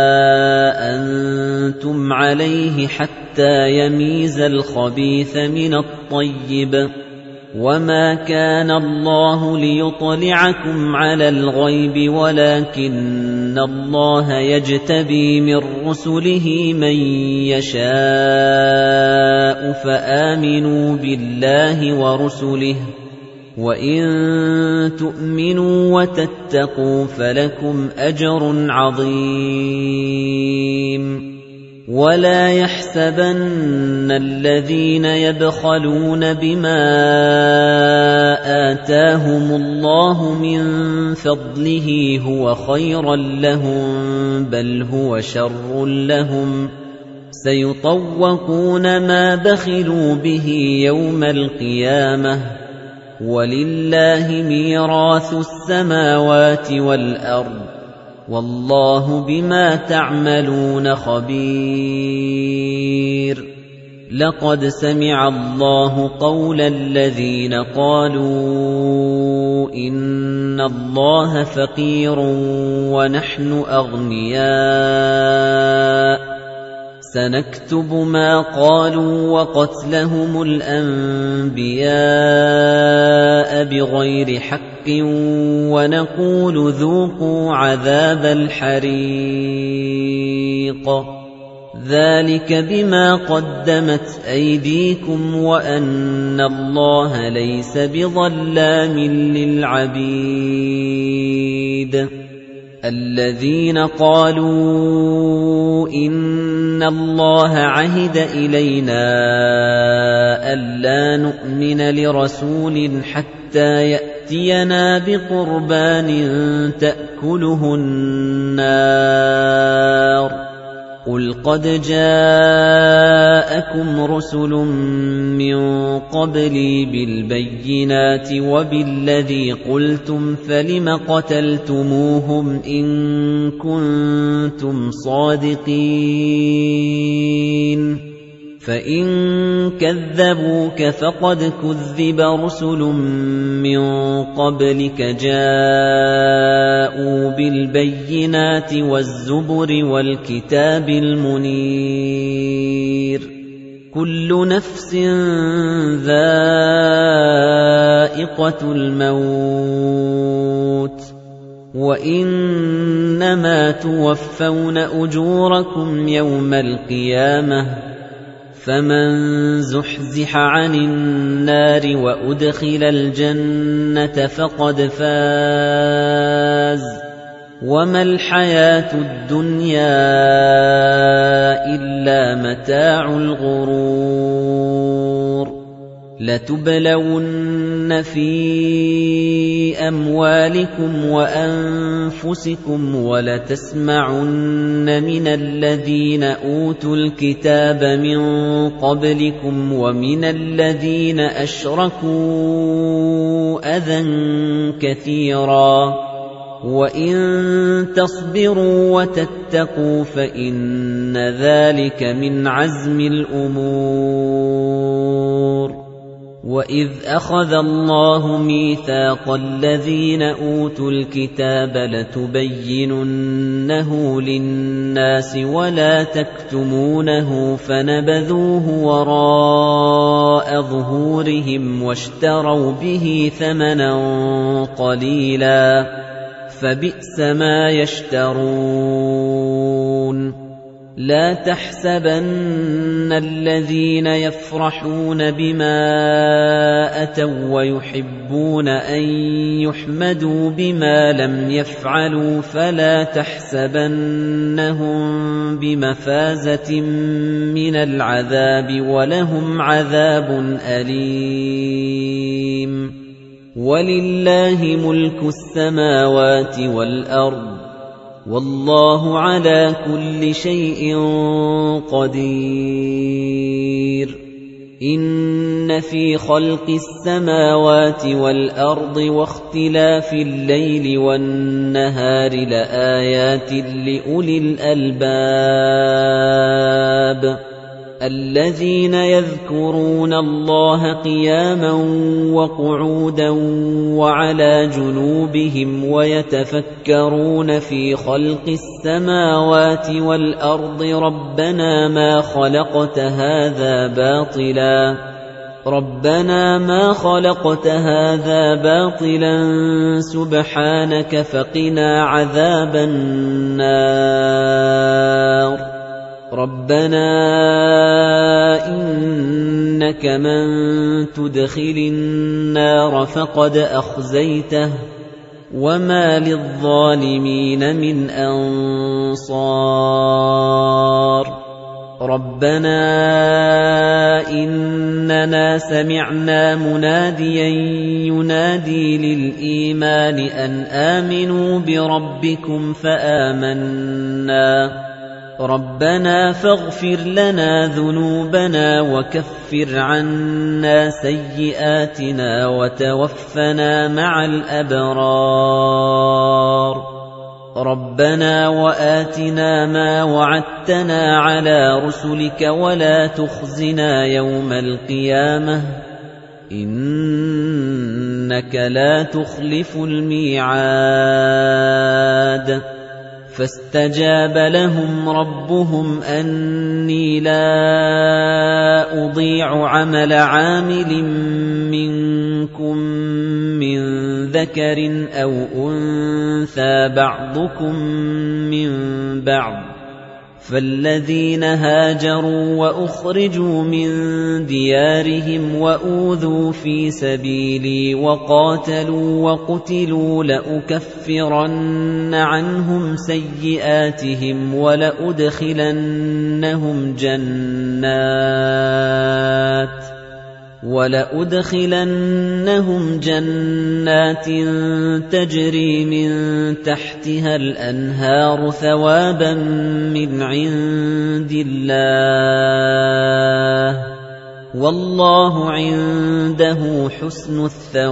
أَنتُمْ عَلَيْهِ حَتَّىٰ يَمِيزَ الْخَبِيثَ مِنَ الطَّيِّبِ ۗ وَمَا كَانَ اللَّهُ لِيُطْلِعَكُمْ عَلَى الْغَيْبِ وَلَٰكِنَّ اللَّهَ يَجْتَبِي مِن رُّسُلِهِ مَن يَشَاءُ ۖ فَآمِنُوا بِاللَّهِ وَرُسُلِهِ ۚ وَإِن تُؤْمِنُوا وَتَتَّقُوا فَلَكُمْ أَجْرٌ عَظِيمٌ. وَلَا يَحْسَبَنَّ الَّذِينَ يَبْخَلُونَ بِمَا آتَاهُمُ اللَّهُ مِن فَضْلِهِ هُوَ خَيْرًا لَّهُم، بَلْ هُوَ شَرٌّ لَّهُمْ ۖ سَيُطَوَّقُونَ مَا بَخِلُوا بِهِ يَوْمَ الْقِيَامَةِ ۗ وَلِلَّهِ مِيرَاثُ السَّمَاوَاتِ وَالْأَرْضِ ۗ وَاللَّهُ بِمَا تَعْمَلُونَ خَبِيرٌ. لَقَدْ سَمِعَ اللَّهُ قَوْلَ الَّذِينَ قَالُوا إِنَّ اللَّهَ فَقِيرٌ وَنَحْنُ أَغْنِيَاءُ، سَنَكْتُبُ مَا قَالُوا وَقَتْلَهُمُ الْأَنبِيَاءَ بِغَيْرِ حَقٍّ، وَنَقُولُ ذُوقُوا عَذَابَ الْحَرِيقِ، ذَلِكَ بِمَا قَدَّمَتْ أَيْدِيكُمْ وَأَنَّ اللَّهَ لَيْسَ بِظَلَّامٍ لِّلْعَبِيدِ. الَّذِينَ قَالُوا إِنَّ اللَّهَ عَهِدَ إِلَيْنَا أَلَّا نُؤْمِنَ لِرَسُولٍ حَتَّىٰ يَأْتِيَنَا بِقُرْبَانٍ تَأْكُلُهُ النَّارُ، قُلْ قَدْ جَاءَكُمْ رُسُلٌ مِّن قَبْلِي بِالْبَيِّنَاتِ وَبِالَّذِي قُلْتُمْ فَلِمَ قَتَلْتُمُوهُمْ إِن كُنتُمْ صَادِقِينَ؟ فَإِن كَذَّبُوكَ فَقَدْ كُذِّبَ رُسُلٌ مِّن قَبْلِكَ جَاءُوا بِالْبَيِّنَاتِ وَالزُّبُرِ وَالْكِتَابِ الْمُنِيرِ. كُلُّ نَفْسٍ ذَائِقَةُ الْمَوْتِ، وَإِنَّمَا تُوَفَّوْنَ أُجُورَكُمْ يَوْمَ الْقِيَامَةِ، فَمَن زُحْزِحَ عَنِ النَّارِ وَأُدْخِلَ الْجَنَّةَ فَقَدْ فَازَ، وَمَا الْحَيَاةُ الدُّنْيَا إِلَّا مَتَاعُ الْغُرُورِ. لَتُبْلَوُنَّ فِي أَمْوَالِكُمْ وَأَنفُسِكُمْ وَلَتَسْمَعُنَّ مِنَ الَّذِينَ أُوتُوا الْكِتَابَ مِن قَبْلِكُمْ وَمِنَ الَّذِينَ أَشْرَكُوا أَذًى كَثِيرًا، وَإِن تَصْبِرُوا وَتَتَّقُوا فَإِنَّ ذَلِكَ مِنْ عَزْمِ الْأُمُورِ. وَإِذْ أَخَذَ اللَّهُ مِيثَاقَ الَّذِينَ أُوتُوا الْكِتَابَ لَتُبَيِّنُنَّهُ لِلنَّاسِ وَلَا تَكْتُمُونَهُ فَنَبَذُوهُ وَرَاءَ ظُهُورِهِمْ وَاشْتَرَوْا بِهِ ثَمَنًا قَلِيلًا، فَبِئْسَ مَا يَشْتَرُونَ. لَا تَحْسَبَنَّ الَّذِينَ يَفْرَحُونَ بِمَا أَتَوا وَّيُحِبُّونَ أَن يُحْمَدُوا بِمَا لَمْ يَفْعَلُوا فَلَا تَحْسَبَنَّهُم بِمَفَازَةٍ مِّنَ الْعَذَابِ وَلَهُمْ عَذَابٌ أَلِيمٌ. وَلِلَّهِ مُلْكُ السَّمَاوَاتِ وَالْأَرْضِ، وَاللَّهُ عَلَى كُلِّ شَيْءٍ قَدِيرٌ. إِنَّ فِي خَلْقِ السَّمَاوَاتِ وَالْأَرْضِ وَاخْتِلَافِ اللَّيْلِ وَالنَّهَارِ لَآيَاتٍ لِأُولِي الْأَلْبَابِ. الَّذِينَ يَذْكُرُونَ اللَّهَ قِيَامًا وَقُعُودًا وَعَلَى جُنُوبِهِمْ وَيَتَفَكَّرُونَ فِي خَلْقِ السَّمَاوَاتِ وَالْأَرْضِ رَبَّنَا مَا خَلَقْتَ هَذَا بَاطِلًا سُبْحَانَكَ فَقِنَا عَذَابَ النَّارِ رَبَّنَا إِنَّكَ مَن تُدْخِلِ النَّارَ فَقَدْ أَخْزَيْتَهُ وَمَا لِلظَّالِمِينَ مِنْ أَنصَارٍ رَبَّنَا إِنَّنَا سَمِعْنَا مُنَادِيًا يُنَادِي لِلْإِيمَانِ أَنْ آمِنُوا بِرَبِّكُمْ فَآمَنَّا رَبَّنَا فَاغْفِرْ لَنَا ذُنُوبَنَا وَكَفِّرْ عَنَّا سَيِّئَاتِنَا وَتَوَفَّنَا مَعَ الْأَبْرَارِ رَبَّنَا وَآتِنَا مَا وَعَدتَّنَا عَلَى رُسُلِكَ وَلَا تُخْزِنَا يَوْمَ الْقِيَامَةِ إِنَّكَ لَا تُخْلِفُ الْمِيعَادَ فَاسْتَجَابَ لَهُمْ رَبُّهُمْ أَنِّي لَا أُضِيعُ عَمَلَ عَامِلٍ مِّنكُم مِّن ذَكَرٍ أَوْ أُنثَىٰ بَعْضُكُم مِّن بَعْضٍ فَالَّذِينَ هَاجَرُوا وَأُخْرِجُوا مِن دِيَارِهِمْ وَأُوذُوا فِي سَبِيلِي وَقَاتَلُوا وَقُتِلُوا لَأُكَفِّرَنَّ عَنْهُمْ سَيِّئَاتِهِمْ وَلَأُدْخِلَنَّهُمْ جَنَّاتٍ تَجْرِي مِن تَحْتِهَا الْأَنْهَارُ ثَوَابًا مِّنْ عِندِ اللَّهِ وَاللَّهُ عِندَهُ حُسْنُ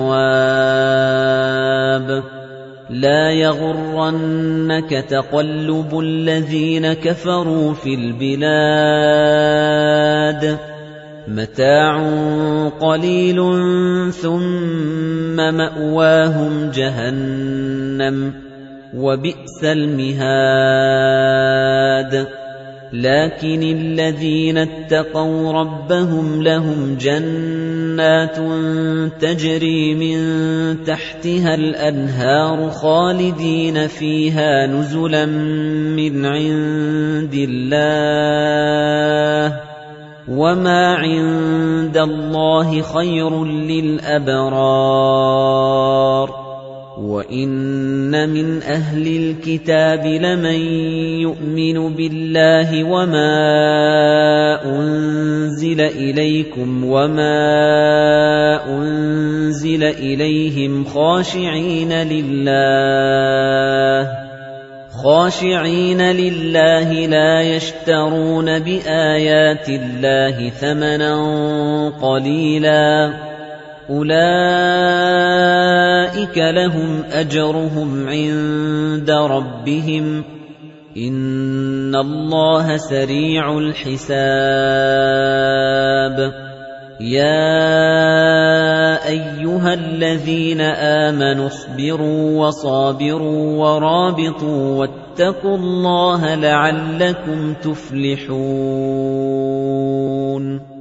الثَّوَابِ لَا يَغُرَّنَّكَ تَقَلُّبُ الَّذِينَ كَفَرُوا فِي الْبِلَادِ مَتَاعٌ قَلِيلٌ ثُمَّ مَأْوَاهُمْ جَهَنَّمُ وَبِئْسَ الْمِهَادُ لَكِنِ الَّذِينَ اتَّقَوْا رَبَّهُمْ لَهُمْ جَنَّاتٌ تَجْرِي مِن تَحْتِهَا الْأَنْهَارُ خَالِدِينَ فِيهَا نُزُلًا مِّنْ عِندِ اللَّهِ وَمَا عِندَ اللَّهِ خَيْرٌ لِّلْأَبْرَارِ وَإِنَّ مِنْ أَهْلِ الْكِتَابِ لَمَن يُؤْمِنُ بِاللَّهِ وَمَا أُنزِلَ إِلَيْكُمْ وَمَا أُنزِلَ إِلَيْهِمْ خَاشِعِينَ لِلَّهِ لَا يَشْتَرُونَ بِآيَاتِ اللَّهِ ثَمَنًا قَلِيلًا أُولَئِكَ لَهُمْ أَجْرُهُمْ عِندَ رَبِّهِمْ إِنَّ اللَّهَ سَرِيعُ الْحِسَابِ يَا أَيُّهَا الَّذِينَ آمَنُوا اصْبِرُوا وَصَابِرُوا وَرَابِطُوا وَاتَّقُوا اللَّهَ لَعَلَّكُمْ تُفْلِحُونَ